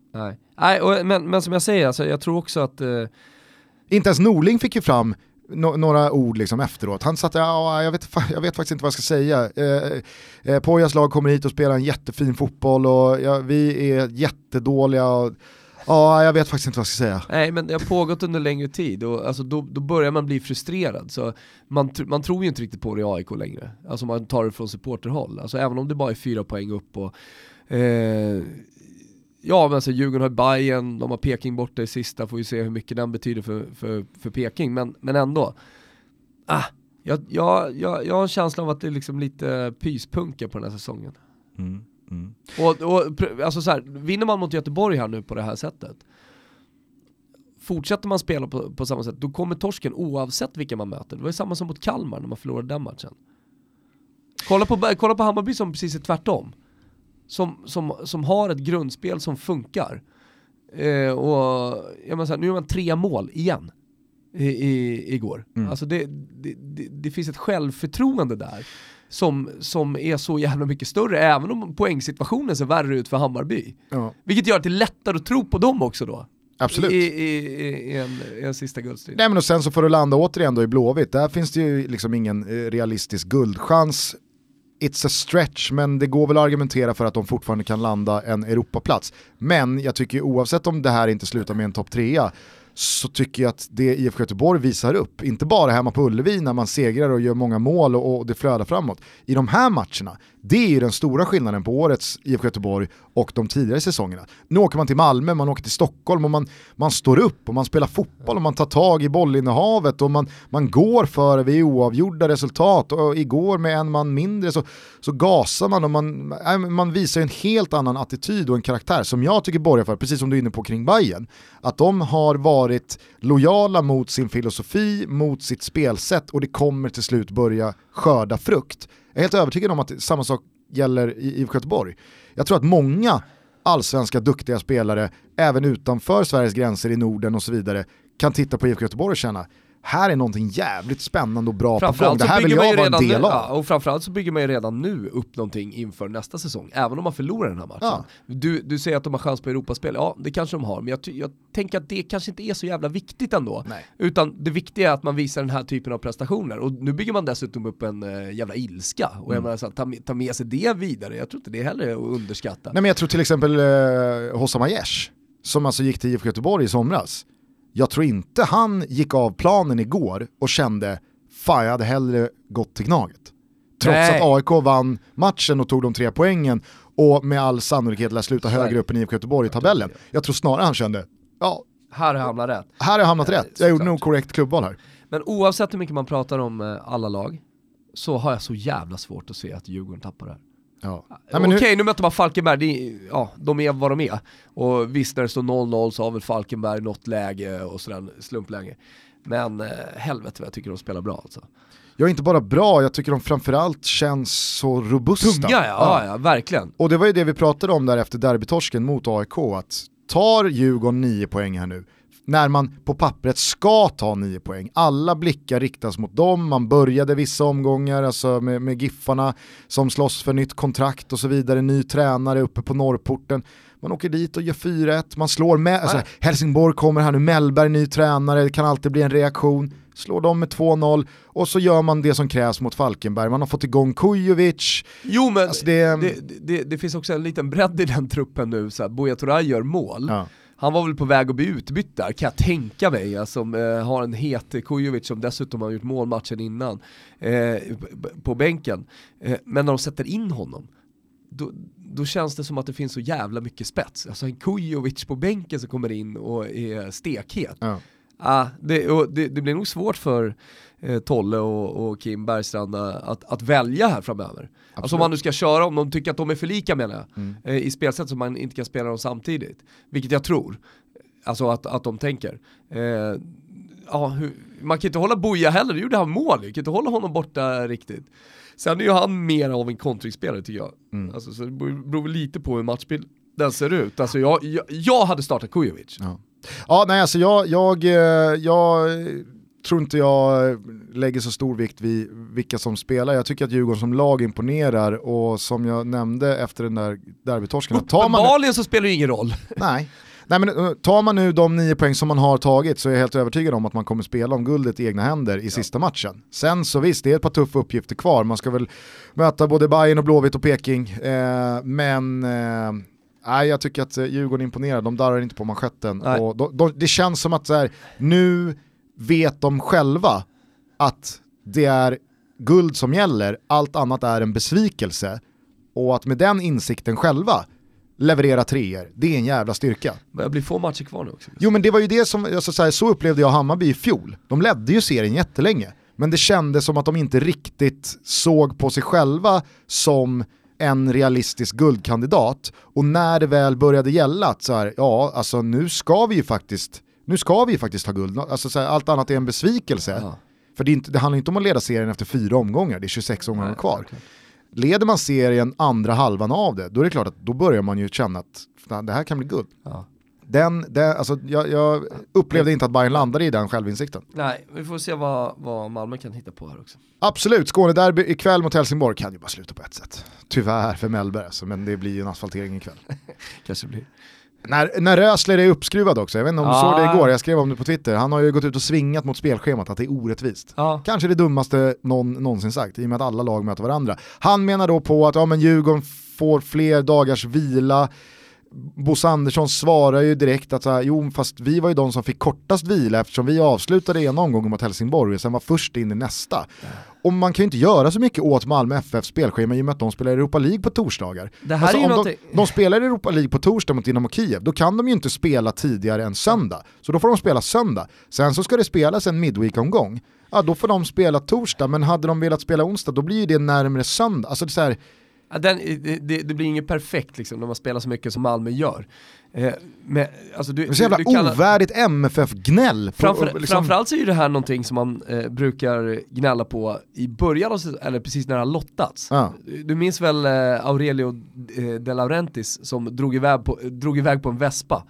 Nej, Nej och, men, men som jag säger, alltså, jag tror också att... Eh... Inte ens Norling fick ju fram no- några ord liksom efteråt. Han satt, ja, jag, vet, jag vet faktiskt inte vad jag ska säga. Eh, eh, Pojas lag kommer hit och spelar en jättefin fotboll och ja, vi är jättedåliga och ja, jag vet faktiskt inte vad jag ska säga. Nej, men det har pågått under längre tid och alltså, då, då börjar man bli frustrerad. Så man, man tror ju inte riktigt på det i A I K längre. Alltså man tar det från supporterhåll. Alltså även om det bara är fyra poäng upp och eh, ja, men alltså Djurgården har Bayern, de har Peking borta i sista, får vi se hur mycket den betyder för, för, för Peking, men, men ändå. Ah, jag, jag, jag, jag har en känsla av att det är liksom lite pyspunka på den här säsongen. Mm. Mm. Och, och alltså så här, vinner man mot Göteborg här nu på det här sättet, fortsätter man spela på, på samma sätt, då kommer torsken oavsett vilka man möter. Det var ju samma som mot Kalmar när man förlorade den matchen. Kolla på, kolla på Hammarby som precis är tvärtom. Som, som, som har ett grundspel som funkar. Eh, och jag menar så här, nu har man tre mål igen i, i, igår. Mm. Alltså det, det, det, det finns ett självförtroende där som, som är så jävla mycket större, även om poängsituationen ser värre ut för Hammarby. Ja. Vilket gör att det är lättare att tro på dem också då. Absolut. I, i, i, en, i en sista guldstrid. Nej, men och sen så får du landa återigen då i Blåvitt. Där finns det ju liksom ingen realistisk guldchans. It's a stretch, men det går väl att argumentera för att de fortfarande kan landa en Europaplats. Men jag tycker oavsett om det här inte slutar med en topp trea, så tycker jag att det I F K Göteborg visar upp, inte bara hemma på Ullevi när man segrar och gör många mål och, och det flödar framåt. I de här matcherna, det är ju den stora skillnaden på årets I F K Göteborg och de tidigare säsongerna. Nu åker man till Malmö, man åker till Stockholm och man, man står upp och man spelar fotboll och man tar tag i bollinnehavet och man, man går för vid oavgjorda resultat, och igår med en man mindre så, så gasar man och man, man visar en helt annan attityd och en karaktär som jag tycker borgar för, precis som du är inne på kring Bayern, att de har varit lojala mot sin filosofi, mot sitt spelsätt, och det kommer till slut börja skörda frukt. Jag är helt övertygad om att samma sak gäller i I F K Göteborg. Jag tror att många allsvenska duktiga spelare, även utanför Sveriges gränser i Norden och så vidare, kan titta på I F K Göteborg och känna, här är någonting jävligt spännande och bra på gång. Det här vill jag vara en del nu, av. Ja, och framförallt så bygger man ju redan nu upp någonting inför nästa säsong, även om man förlorar den här matchen. Ja. Du, du säger att de har chans på Europaspel. Ja, det kanske de har, men jag, jag tänker att det kanske inte är så jävla viktigt ändå. Nej. Utan det viktiga är att man visar den här typen av prestationer. Och nu bygger man dessutom upp en uh, jävla ilska. Och mm. jag menar, så här, ta, ta med sig det vidare. Jag tror inte det heller är att underskatta. Nej, men jag tror till exempel uh, Hossam Aiesh, som alltså gick till I F K Göteborg i somras. Jag tror inte han gick av planen igår och kände, fan jag hade hellre gått till Gnaget. Trots Nej. att A I K vann matchen och tog de tre poängen och med all sannolikhet lär sluta högre upp än I F K Göteborg i tabellen. Jag tror snarare han kände, ja, här har jag hamnat rätt. Här har jag hamnat rätt. Jag gjorde nog korrekt klubbval här. Men oavsett hur mycket man pratar om alla lag, så har jag så jävla svårt att se att Djurgården tappar det här. Ja. Okej, okay, nu möter man Falkenberg, det, ja, de är vad de är. Och visst, när det står noll noll så har väl Falkenberg något läge och sådär slumpläge. Men eh, helvete vad jag tycker de spelar bra alltså. Jag är inte bara bra, jag tycker de framförallt känns så robusta. Tunga, ja, ja. ja, verkligen. Och det var ju det vi pratade om där efter derbytorsken mot A I K, att tar Djurgården nio poäng här nu, när man på pappret ska ta nio poäng. Alla blickar riktas mot dem. Man började vissa omgångar alltså med, med Giffarna som slåss för nytt kontrakt och så vidare. Ny tränare uppe på Norrporten. Man åker dit och gör fyra ett. Man slår med, alltså, Helsingborg kommer här nu. Mellberg, ny tränare. Det kan alltid bli en reaktion. Slår dem med två noll. Och så gör man det som krävs mot Falkenberg. Man har fått igång Kujovic. Jo, men alltså det, det, det, det finns också en liten bredd i den truppen nu. Så här, Buya Turay gör mål. Ja. Han var väl på väg att bli utbytt där, kan jag tänka mig. Alltså, som eh, har en het Kujovic som dessutom har gjort målmatchen innan eh, på bänken. Eh, men när de sätter in honom, då, då känns det som att det finns så jävla mycket spets. Alltså en Kujovic på bänken som kommer in och är stekhet. Ja. Ah, det, och det, det blir nog svårt för eh, Tolle och, och Kim Bergstrand att, att välja här framöver. Absolut. Alltså om man nu ska köra, om de tycker att de är för lika menar jag, mm. eh, i spelsätt så man inte kan spela dem samtidigt. Vilket jag tror. Alltså att, att de tänker. Eh, ja, hur, man kan inte hålla Buya heller, det gjorde han mål. Man kan inte hålla honom borta riktigt. Sen är ju han mer av en kontringsspelare tycker jag. Mm. Alltså, så det beror lite på hur matchbilden ser ut. Alltså jag, jag, jag hade startat Kujovic. Ja. Ja, nej alltså jag, jag, jag tror inte jag lägger så stor vikt vid vilka som spelar. Jag tycker att Djurgården som lag imponerar, och som jag nämnde efter den där derbytorsken. Uppenbarligen man... så spelar det ingen roll. Nej, Nej, men tar man nu de nio poäng som man har tagit så är jag helt övertygad om att man kommer spela om guldet i egna händer i ja. sista matchen. Sen så visst, det är ett par tuffa uppgifter kvar. Man ska väl möta både Bayern och Blåvitt och Peking. Eh, men eh, nej, jag tycker att Djurgården imponerar. De darrar inte på manschetten. Och de, de, det känns som att så här, nu vet de själva att det är guld som gäller. Allt annat är en besvikelse. Och att med den insikten själva leverera treor, det är en jävla styrka. Det blir få matcher kvar nu också. Jo, men det var ju det som, alltså, så, här, så upplevde jag Hammarby i fjol. De ledde ju serien jättelänge, men det kändes som att de inte riktigt såg på sig själva som en realistisk guldkandidat. Och när det väl började gälla att så här, ja, alltså nu ska vi ju faktiskt nu ska vi ju faktiskt ha guld. Alltså, så här, allt annat är en besvikelse. Ja. För det, är inte, det handlar inte om att leda serien efter fyra omgångar, det är tjugosex omgångar Nej, kvar. Okay. Leder man serien andra halvan av det, då är det klart att då börjar man ju känna att fan, det här kan bli guld. Ja. Den, den, alltså, jag, jag upplevde inte att Bayern landade i den självinsikten. Nej, vi får se vad, vad Malmö kan hitta på här också. Absolut, Skåne-derby ikväll mot Helsingborg kan ju bara sluta på ett sätt. Tyvärr för Mellberg, alltså, men det blir ju en asfaltering ikväll. Kanske blir. När, när Rösler är uppskruvad också, jag vet inte om du ah. såg det igår, jag skrev om det på Twitter, han har ju gått ut och svingat mot spelschemat att det är orättvist. Ah. Kanske det dummaste någon någonsin sagt, i och med att alla lag möter varandra. Han menar då på att ja, men Djurgården får fler dagars vila. Bosse Andersson svarar ju direkt att så här, jo, fast vi var ju de som fick kortast vila eftersom vi avslutade en omgång mot Helsingborg och sen var först in i nästa. Mm. Och man kan ju inte göra så mycket åt Malmö F F spelschema i och med att de spelar Europa League på torsdagar. Det här alltså, är om de, de spelar Europa League på torsdag mot Dynamo Kiev, då kan de ju inte spela tidigare än söndag. Så då får de spela söndag. Sen så ska det spelas en midweek-omgång. Ja, då får de spela torsdag, men hade de velat spela onsdag, då blir ju det närmare söndag. Alltså det är så här. Ja, den, det, det blir inget perfekt liksom, när man spelar så mycket som Malmö gör. Eh, men, alltså, du, det är så jävla du, du kallar... ovärdigt M F F-gnäll. Framför, liksom... Framförallt så är det här någonting som man eh, brukar gnälla på i början, av, eller precis när det har lottats. Ja. Du, du minns väl eh, Aurelio eh, De Laurentiis som drog iväg på, drog iväg på en Vespa.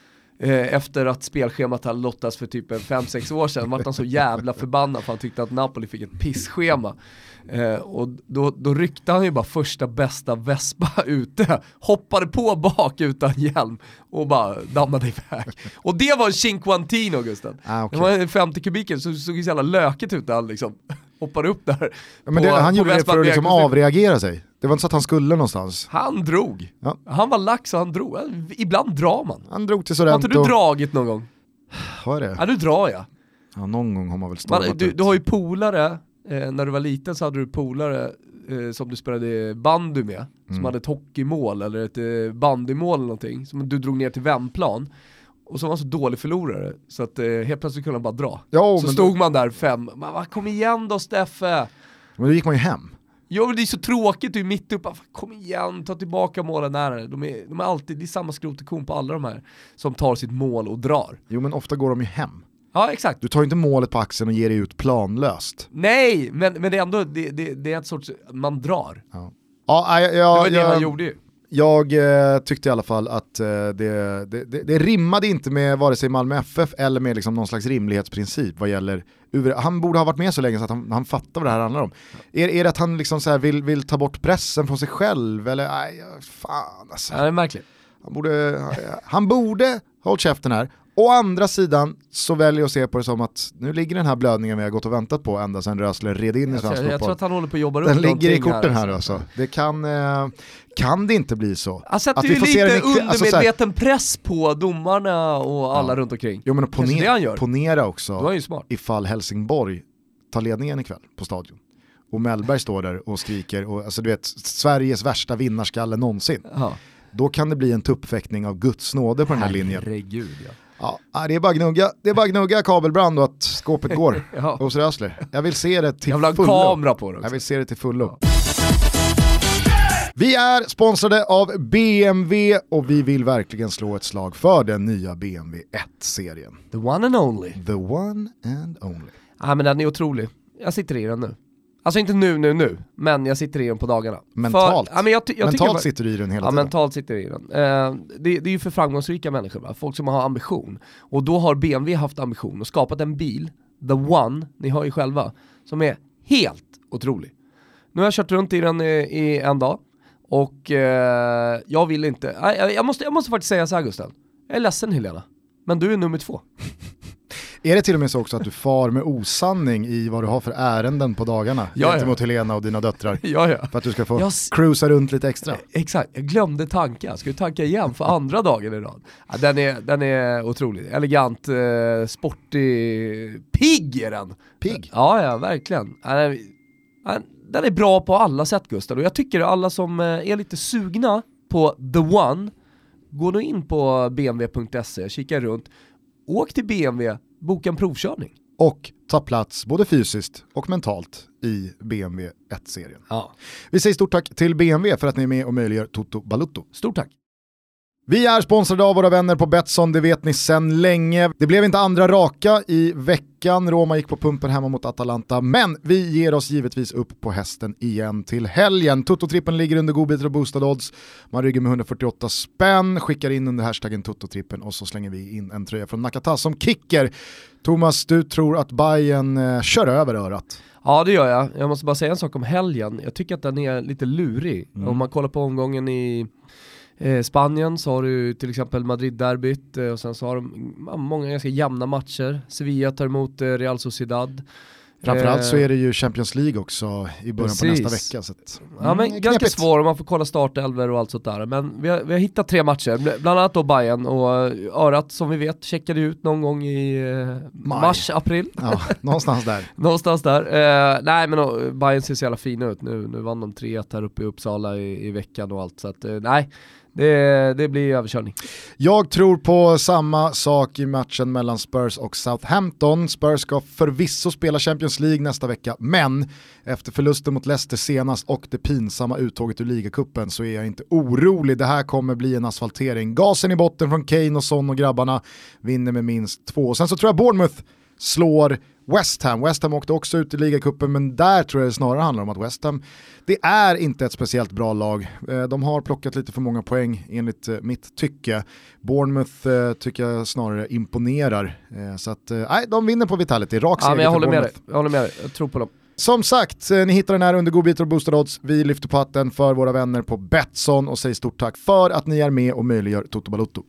Efter att spelschemat hade lottats för typ fem sex år sedan var han så jävla förbannad för han tyckte att Napoli fick ett pissschema. Eh, och då, då ryckte han ju bara första bästa Vespa ute, hoppade på bak utan hjälm och bara dammade iväg. Och det var en Cinquantino, Gusten. Ah, okay. Det var en femtio kubiker, så såg ju så jävla löket ut han liksom. Hoppade upp där. Ja, men det, på, han gjorde det för att liksom avreagera sig. Det var inte så att han skulle någonstans. Han drog. Ja. Han var lax och han drog. Ibland drar man. Han drog till så rätt. Har inte du och... dragit någon gång? Vad är det? Ja, du drar ja. Ja, någon gång har man väl stått man, du, du har ju polare. Eh, när du var liten så hade du polare eh, som du spelade bandy med. Mm. Som hade ett hockeymål eller ett eh, bandymål eller någonting. Som du drog ner till vändplan. Och så var han så dålig förlorare så att eh, helt plötsligt kunde han bara dra. Jo, så stod då... man där fem. Man, kom igen då, Steffe. Men då gick man ju hem. Jo, men det är så tråkigt, du är mitt uppe. Kom igen, ta tillbaka målen nära. De är, de är alltid, det är samma skrot och kon på alla de här som tar sitt mål och drar. Jo, men ofta går de ju hem. Ja, exakt. Du tar inte målet på axeln och ger dig ut planlöst. Nej, men, men det är ändå, det, det, det är ett sorts, man drar. Ja, ja jag, jag, det var det jag, han gjorde ju. Jag eh, tyckte i alla fall att eh, det, det, det, det rimmade inte med vare sig Malmö F F eller med liksom någon slags rimlighetsprincip vad gäller, han borde ha varit med så länge så att han, han fattar vad det här handlar om. Är, är det att han liksom så här vill, vill ta bort pressen från sig själv eller nej, fan alltså. Ja, det är märkligt. Han borde, han borde hålla käften här. Å andra sidan så väljer jag att se på det som att nu ligger den här blödningen vi har gått och väntat på ända sedan Rösler red in i svensk fotboll. Jag tror att han håller på att jobba upp. Den ligger i korten här, här alltså. Det kan, eh, kan det inte bli så. Alltså att, att vi får lite se undermedveten alltså, press på domarna och alla ja. runt omkring. Jo, men ponera, ponera också det var ju smart. Ifall Helsingborg tar ledningen ikväll på stadion. Och Mellberg står där och skriker och alltså du vet Sveriges värsta vinnarskalle någonsin. Aha. Då kan det bli en tuppfäktning av Guds nåde på den här linjen. Herregud, ja. Ja, det är bara gnugga, det är bara gnugga kabelbrand och att skåpet går ja. hos Rösler. Jag vill se det till jag vill fullo. Kamera på det också. Jag vill se det till fullo. Ja. Vi är sponsrade av B M W och vi vill verkligen slå ett slag för den nya B M W ett-serien. The one and only. The one and only. Ja, men den är otrolig. Jag sitter i den nu. Alltså inte nu, nu, nu. Men jag sitter i den på dagarna. Mentalt? För, ja, men jag ty- jag mentalt bara, sitter du i den hela ja, tiden? Ja, mentalt sitter jag i den. Eh, det, det är ju för framgångsrika människor, va? Folk som har ambition. Och då har B M W haft ambition och skapat en bil, The One, ni hör ju själva, som är helt otrolig. Nu har jag kört runt i den i, i en dag. Och eh, jag vill inte, jag, jag, måste, jag måste faktiskt säga så här, Gustav. Jag är ledsen, Helena. Men du är nummer två. Är det till och med så också att du far med osanning i vad du har för ärenden på dagarna ja, gentemot ja. Helena och dina döttrar? Ja, ja. För att du ska få jag... cruisa runt lite extra. Exakt, jag glömde tanka. Ska vi tanka igen för andra dagen i rad? Ja, den, är, den är otrolig. Elegant, eh, sportig, pigg är den. Pigg? Ja, ja, verkligen. Den är bra på alla sätt, Gustav. Och jag tycker alla som är lite sugna på The One, gå nu in på b m w punkt se, kika runt, åk till B M W, boka en provkörning. Och ta plats både fysiskt och mentalt i B M W ett-serien. Ja. Vi säger stort tack till B M W för att ni är med och möjliggör Toto Balutto. Stort tack. Vi är sponsrade av våra vänner på Betsson, det vet ni sedan länge. Det blev inte andra raka i veckan. Roma gick på pumpen hemma mot Atalanta, men vi ger oss givetvis upp på hästen igen till helgen. Toto-trippen ligger under godbitar och boostad odds. Man rygger med hundrafyrtioåtta spänn, skickar in under hashtaggen Toto-trippen och så slänger vi in en tröja från Nakata som kicker. Thomas, du tror att Bayern eh, kör över örat? Ja, det gör jag. Jag måste bara säga en sak om helgen. Jag tycker att den är lite lurig. Mm. Om man kollar på omgången i Eh, Spanien så har du till exempel Madrid-derbyt eh, och sen så har de ja, många ganska jämna matcher. Sevilla tar emot eh, Real Sociedad. Framförallt eh, så är det ju Champions League också i början precis. på nästa vecka. Så att, mm, ja, men ganska knepigt. svår om man får kolla startelver och allt sånt där. Men vi har, vi har hittat tre matcher, bland annat då Bayern och örat som vi vet checkade ut någon gång i eh, mars, april. Ja, någonstans där. någonstans där. Eh, nej men oh, Bayern ser så jävla fina ut nu. Nu vann de tre ett här uppe i Uppsala i, i veckan och allt. Så att eh, nej. Det, det blir överkörning. Jag tror på samma sak i matchen mellan Spurs och Southampton. Spurs ska förvisso spela Champions League nästa vecka, men efter förlusten mot Leicester senast och det pinsamma uttåget ur ligacupen så är jag inte orolig. Det här kommer bli en asfaltering. Gasen i botten från Kane och Son och grabbarna vinner med minst två. Och sen så tror jag Bournemouth slår West Ham. West Ham åkte också ut i ligacupen, men där tror jag det snarare handlar om att West Ham, det är inte ett speciellt bra lag. De har plockat lite för många poäng enligt mitt tycke. Bournemouth tycker jag snarare imponerar. Så att, nej, de vinner på Vitality. Rak ja, men jag håller med dig. Jag håller med dig. Jag tror på dem. Som sagt, ni hittar den här under godbitar och boostad odds. Vi lyfter på hatten för våra vänner på Betsson och säger stort tack för att ni är med och möjliggör Toto Balutto.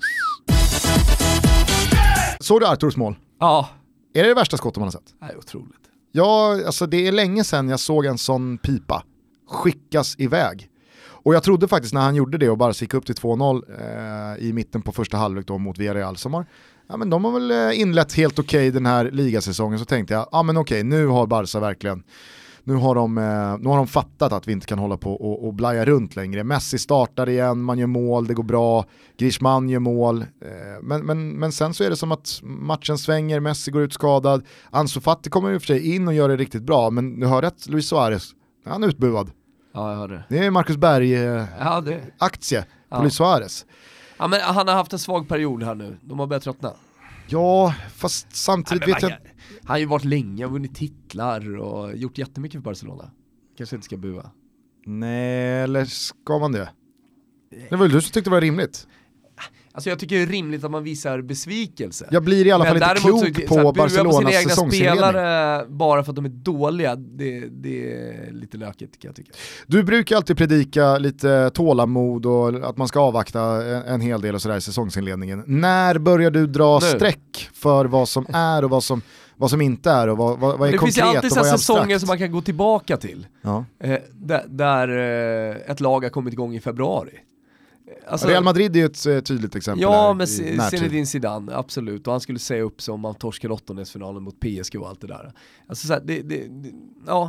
Såg du Arturs mål? Ja. Är det det värsta skottet man har sett? Det är otroligt. Ja, alltså det är länge sedan jag såg en sån pipa skickas iväg. Och jag trodde faktiskt när han gjorde det och bara gick upp till två noll eh, i mitten på första halvlek då mot Villarreal som har, ja men de har väl inlett helt okej okay den här ligasäsongen, så tänkte jag, ja men okej, okay, nu har Barca verkligen, nu har de, eh, nu har de fattat att vi inte kan hålla på och, och blaja runt längre. Messi startar igen, man gör mål, det går bra, Griezmann gör mål, eh, men, men, men sen så är det som att matchen svänger, Messi går ut skadad, Ansu Fati kommer ju för sig in och gör det riktigt bra, men du hör rätt, Luis Suarez, han är utbuad. Ja, jag hörde. Det är Marcus Berg eh, ja, det... aktie på ja. Luis Suarez. Ja, men han har haft en svag period här nu, de har börjat tröttna. Ja, fast samtidigt Nej, vet jag... Han har ju varit länge och vunnit titlar och gjort jättemycket för Barcelona. Kanske inte ska bua. Nej, eller ska man det? Det var väl du som tyckte det var rimligt. Alltså jag tycker det är rimligt att man visar besvikelse. Jag blir i alla fall inte klok så, på så här, Barcelonas på sina egna säsongsinledning. Spelare bara för att de är dåliga, det, det är lite lökigt kan jag tycka. Du brukar alltid predika lite tålamod och att man ska avvakta en, en hel del och sådär i säsongsinledningen. När börjar du dra nu streck för vad som är och vad som, vad som inte är och vad, vad, vad är det konkret och vad är abstrakt? Det finns alltid säsonger som man kan gå tillbaka till. Ja. Eh, där där eh, ett lag har kommit igång i februari. Alltså, Real Madrid är ju ett uh, tydligt exempel. Ja, med Zinedine Zidane, absolut. Och han skulle säga upp sig om man torskar åttondelsfinalen mot P S G och allt det där. Alltså så här, det, det, det, ja.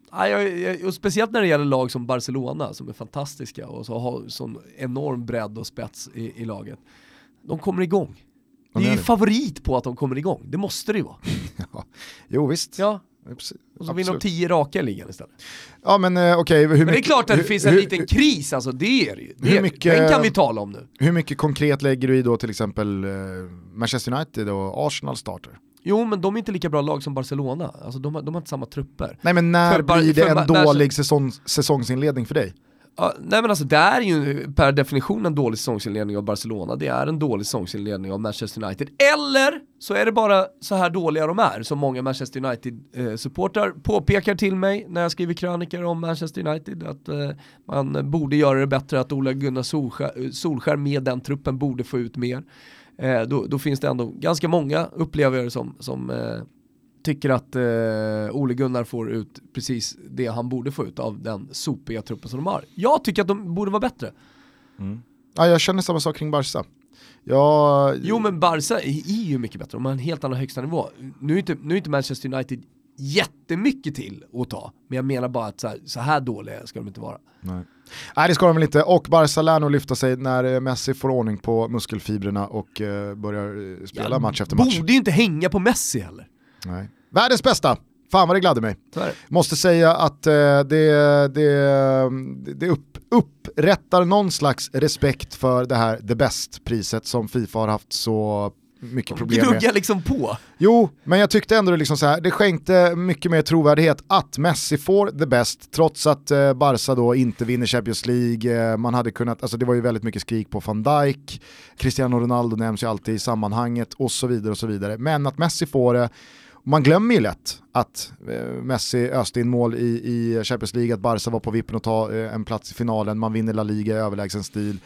Och speciellt när det gäller lag som Barcelona som är fantastiska och så har sån enorm bredd och spets i, i laget. De kommer igång. Det är ju det. Favorit på att de kommer igång. Det måste det ju vara. Ja. Jo, visst. Ja. Och så vinner de tio raka i ligan istället. Ja, men okej. Okay, men det är klart att det hur, finns en hur, liten kris, alltså det är det ju. Det hur mycket, den kan vi tala om nu. Hur mycket konkret lägger du i då till exempel uh, Manchester United och Arsenal starter? Jo, men de är inte lika bra lag som Barcelona. Alltså de har, de har inte samma trupper. Nej, men när för, blir det för, en för, dålig när, säsong, säsongsinledning för dig? Ja, nej men alltså det är ju per definition en dålig säsongsinledning av Barcelona. Det är en dålig säsongsinledning av Manchester United. Eller så är det bara så här dåliga de är, som många Manchester United-supportrar eh, påpekar till mig när jag skriver krönikor om Manchester United. Att eh, man borde göra det bättre, att Ole Gunnar Solskär, Solskär med den truppen borde få ut mer. Eh, då, då finns det ändå ganska många upplevare som... som eh, tycker att eh, Ole Gunnar får ut precis det han borde få ut av den sopiga truppen som de har. Jag tycker att de borde vara bättre. Mm. Ja, jag känner samma sak kring Barca. Jag... Jo, men Barca är ju mycket bättre. De har en helt annan högsta nivå. Nu är inte, nu är inte Manchester United jättemycket till att ta. Men jag menar bara att så här, så här dåliga ska de inte vara. Nej. Nej, det ska de väl inte. Och Barca lär nog lyfta sig när Messi får ordning på muskelfibrerna och uh, börjar spela ja, match efter match. Borde ju inte hänga på Messi heller. Nej. Världens bästa. Fan vad det gladde mig. Måste säga att eh, det, det, det upp, upprättar någon slags respekt för det här The Best-priset som FIFA har haft så mycket problem med. Gnugga liksom på. Jo, men jag tyckte ändå det, liksom så här, det skänkte mycket mer trovärdighet att Messi får The Best trots att eh, Barca då inte vinner Champions League. Eh, man hade kunnat, alltså det var ju väldigt mycket skrik på Van Dijk. Cristiano Ronaldo nämns ju alltid i sammanhanget och så vidare och så vidare. Men att Messi får det, man glömmer ju lätt att eh, Messi öste in mål i, i Champions League, att Barca var på vippen att ta eh, en plats i finalen, man vinner La Liga i överlägsen stil.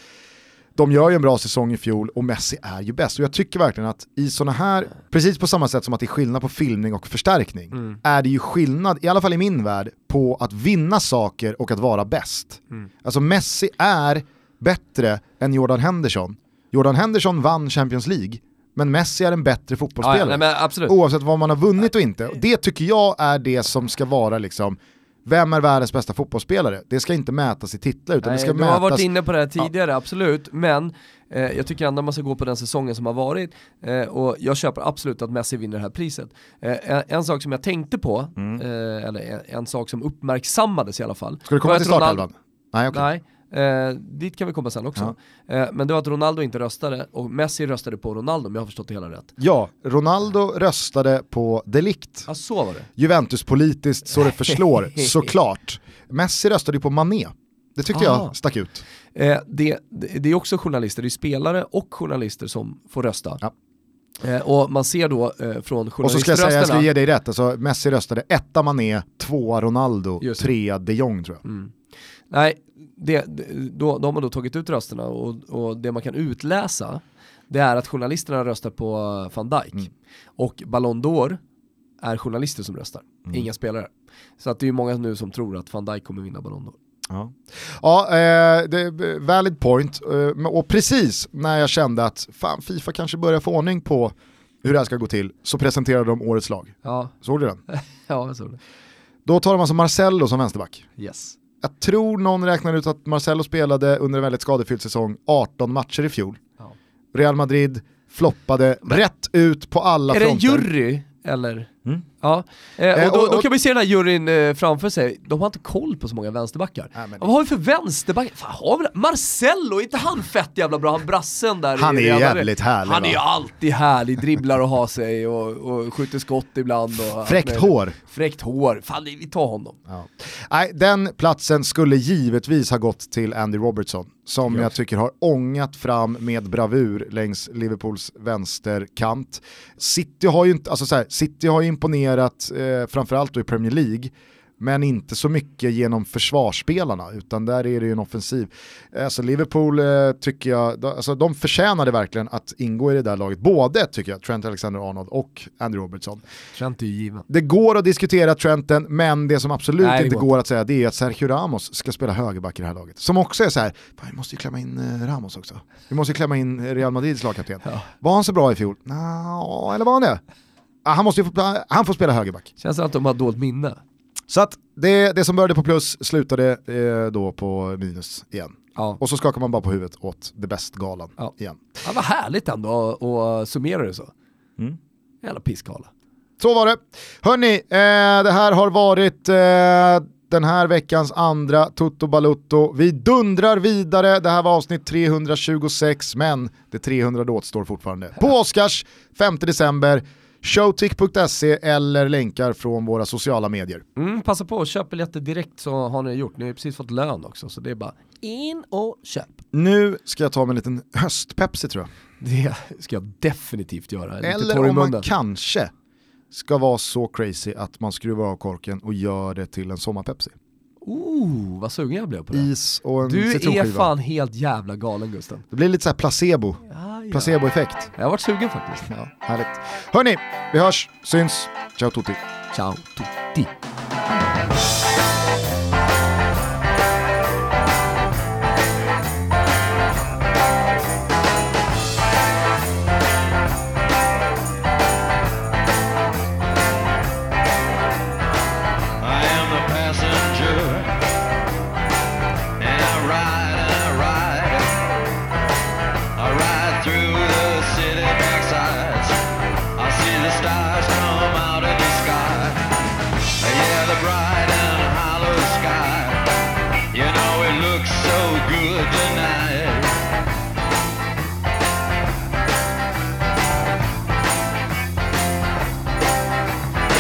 De gör ju en bra säsong i fjol och Messi är ju bäst. Och jag tycker verkligen att i såna här, precis på samma sätt som att det är skillnad på filmning och förstärkning, mm. är det ju skillnad, i alla fall i min värld, på att vinna saker och att vara bäst. Mm. Alltså Messi är bättre än Jordan Henderson. Jordan Henderson vann Champions League, men Messi är en bättre fotbollsspelare. Ja, ja, nej, men absolut. Oavsett vad man har vunnit och inte. Och det tycker jag är det som ska vara liksom, vem är världens bästa fotbollsspelare? Det ska inte mätas i titlar utan nej, det ska du mätas... har varit inne på det här tidigare, ja. Absolut. Men eh, jag tycker ändå man ska gå på den säsongen som har varit. Eh, och jag köper absolut att Messi vinner det här priset. Eh, en, en sak som jag tänkte på, mm. eh, eller en, en sak som uppmärksammades i alla fall. Ska du komma till startelvan? Nej, okej. Nej. Eh, dit kan vi komma sen också. Ja. Eh, men det var att Ronaldo inte röstade och Messi röstade på Ronaldo, om jag har förstått det hela rätt. Ja, Ronaldo röstade på De Ligt. Ja, så var det. Juventus-politiskt så det förslår, såklart. Messi röstade på Mané. Det tyckte Aha. jag stack ut. Eh, det, det, det är också journalister, det är spelare och journalister som får rösta. Ja. Eh, och man ser då eh, från journaliströsterna... Och så ska jag säga, jag ska ge dig rätt, alltså, Messi röstade etta Mané, tvåa Ronaldo, trea De Jong tror jag. Mm. Nej, det, då, de har då tagit ut rösterna och, och det man kan utläsa, det är att journalisterna röstar på Van Dijk. Mm. Och Ballon d'Or är journalister som röstar, mm. inga spelare. Så att det är många nu som tror att Van Dijk kommer vinna Ballon d'Or. Ja, ja eh, det är valid point. Eh, och precis när jag kände att fan, FIFA kanske börjar få ordning på hur det här ska gå till, så presenterade de årets lag. Ja. Såg du den? Ja, jag såg det. Då tar de alltså Marcelo som vänsterback. Yes. Jag tror någon räknar ut att Marcelo spelade under en väldigt skadefylld säsong arton matcher i fjol. Ja. Real Madrid floppade men rätt ut på alla är fronter. Är det en jury eller? Mm. Ja. Eh, och då, då kan vi se den här juryn eh, framför sig. De har inte koll på så många vänsterbackar. Nej, men... Vad har vi för vänsterbackar? Fan, har vi det? Marcelo, är inte han fett jävla bra? Han brassen där. Han är jävligt härlig. Han är ju alltid härlig, dribblar och har sig och, och skjuter skott ibland. Och fräckt hår. Fräckt hår. Fan, vi tar honom. Ja. Nej, den platsen skulle givetvis ha gått till Andy Robertson, som jag tycker har ångat fram med bravur längs Liverpools vänsterkant. City har ju inte, alltså så här, City har ju imponerat eh, framförallt då i Premier League, men inte så mycket genom försvarsspelarna, utan där är det ju en offensiv. Alltså Liverpool eh, tycker jag, alltså de förtjänade verkligen att ingå i det där laget. Både tycker jag, Trent Alexander-Arnold och Andy Robertson. Trent är ju given. Det går att diskutera Trenten, men det som absolut Nej, inte går. går att säga, det är att Sergio Ramos ska spela högerback i det här laget. Som också är så här, vi måste ju klämma in eh, Ramos också. Vi måste ju klämma in Real Madrids lagkapten. Ja. Var han så bra i fjol? Nå, eller var han det? Ah, han, måste ju få, han får spela högerback. Känns som att de har dåligt minne. Så att det, det som började på plus slutade eh, då på minus igen. Ja. Och så skakar man bara på huvudet åt det bäst-galan ja. igen. Ja, vad härligt ändå att summera det så. Mm. Jävla pissgala. Så var det. Hörrni, eh, det här har varit eh, den här veckans andra Tutto Balutto. Vi dundrar vidare. Det här var avsnitt trehundratjugosex, men det trehundrade återstår fortfarande. På Oscars, femte december. showtick punkt se eller länkar från våra sociala medier. Mm, passa på att köpa biljetter direkt så har ni gjort. Ni har precis fått lön också så det är bara in och köp. Nu ska jag ta med en liten höstpepsi tror jag. Det ska jag definitivt göra. Eller om man kanske ska vara så crazy att man skruvar av korken och gör det till en sommarpepsi. Oh, vad sugen jag blev på det. Is och en du citronskiva. är fan helt jävla galen, Gusten. Det blir lite så här placebo. Ja, ja. Placeboeffekt. Jag har varit sugen faktiskt. Ja, härligt. Hörni, vi hörs, syns. Ciao tutti. Ciao tutti.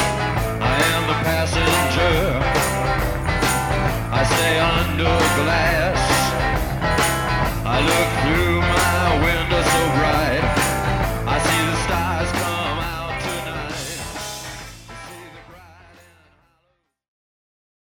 Glad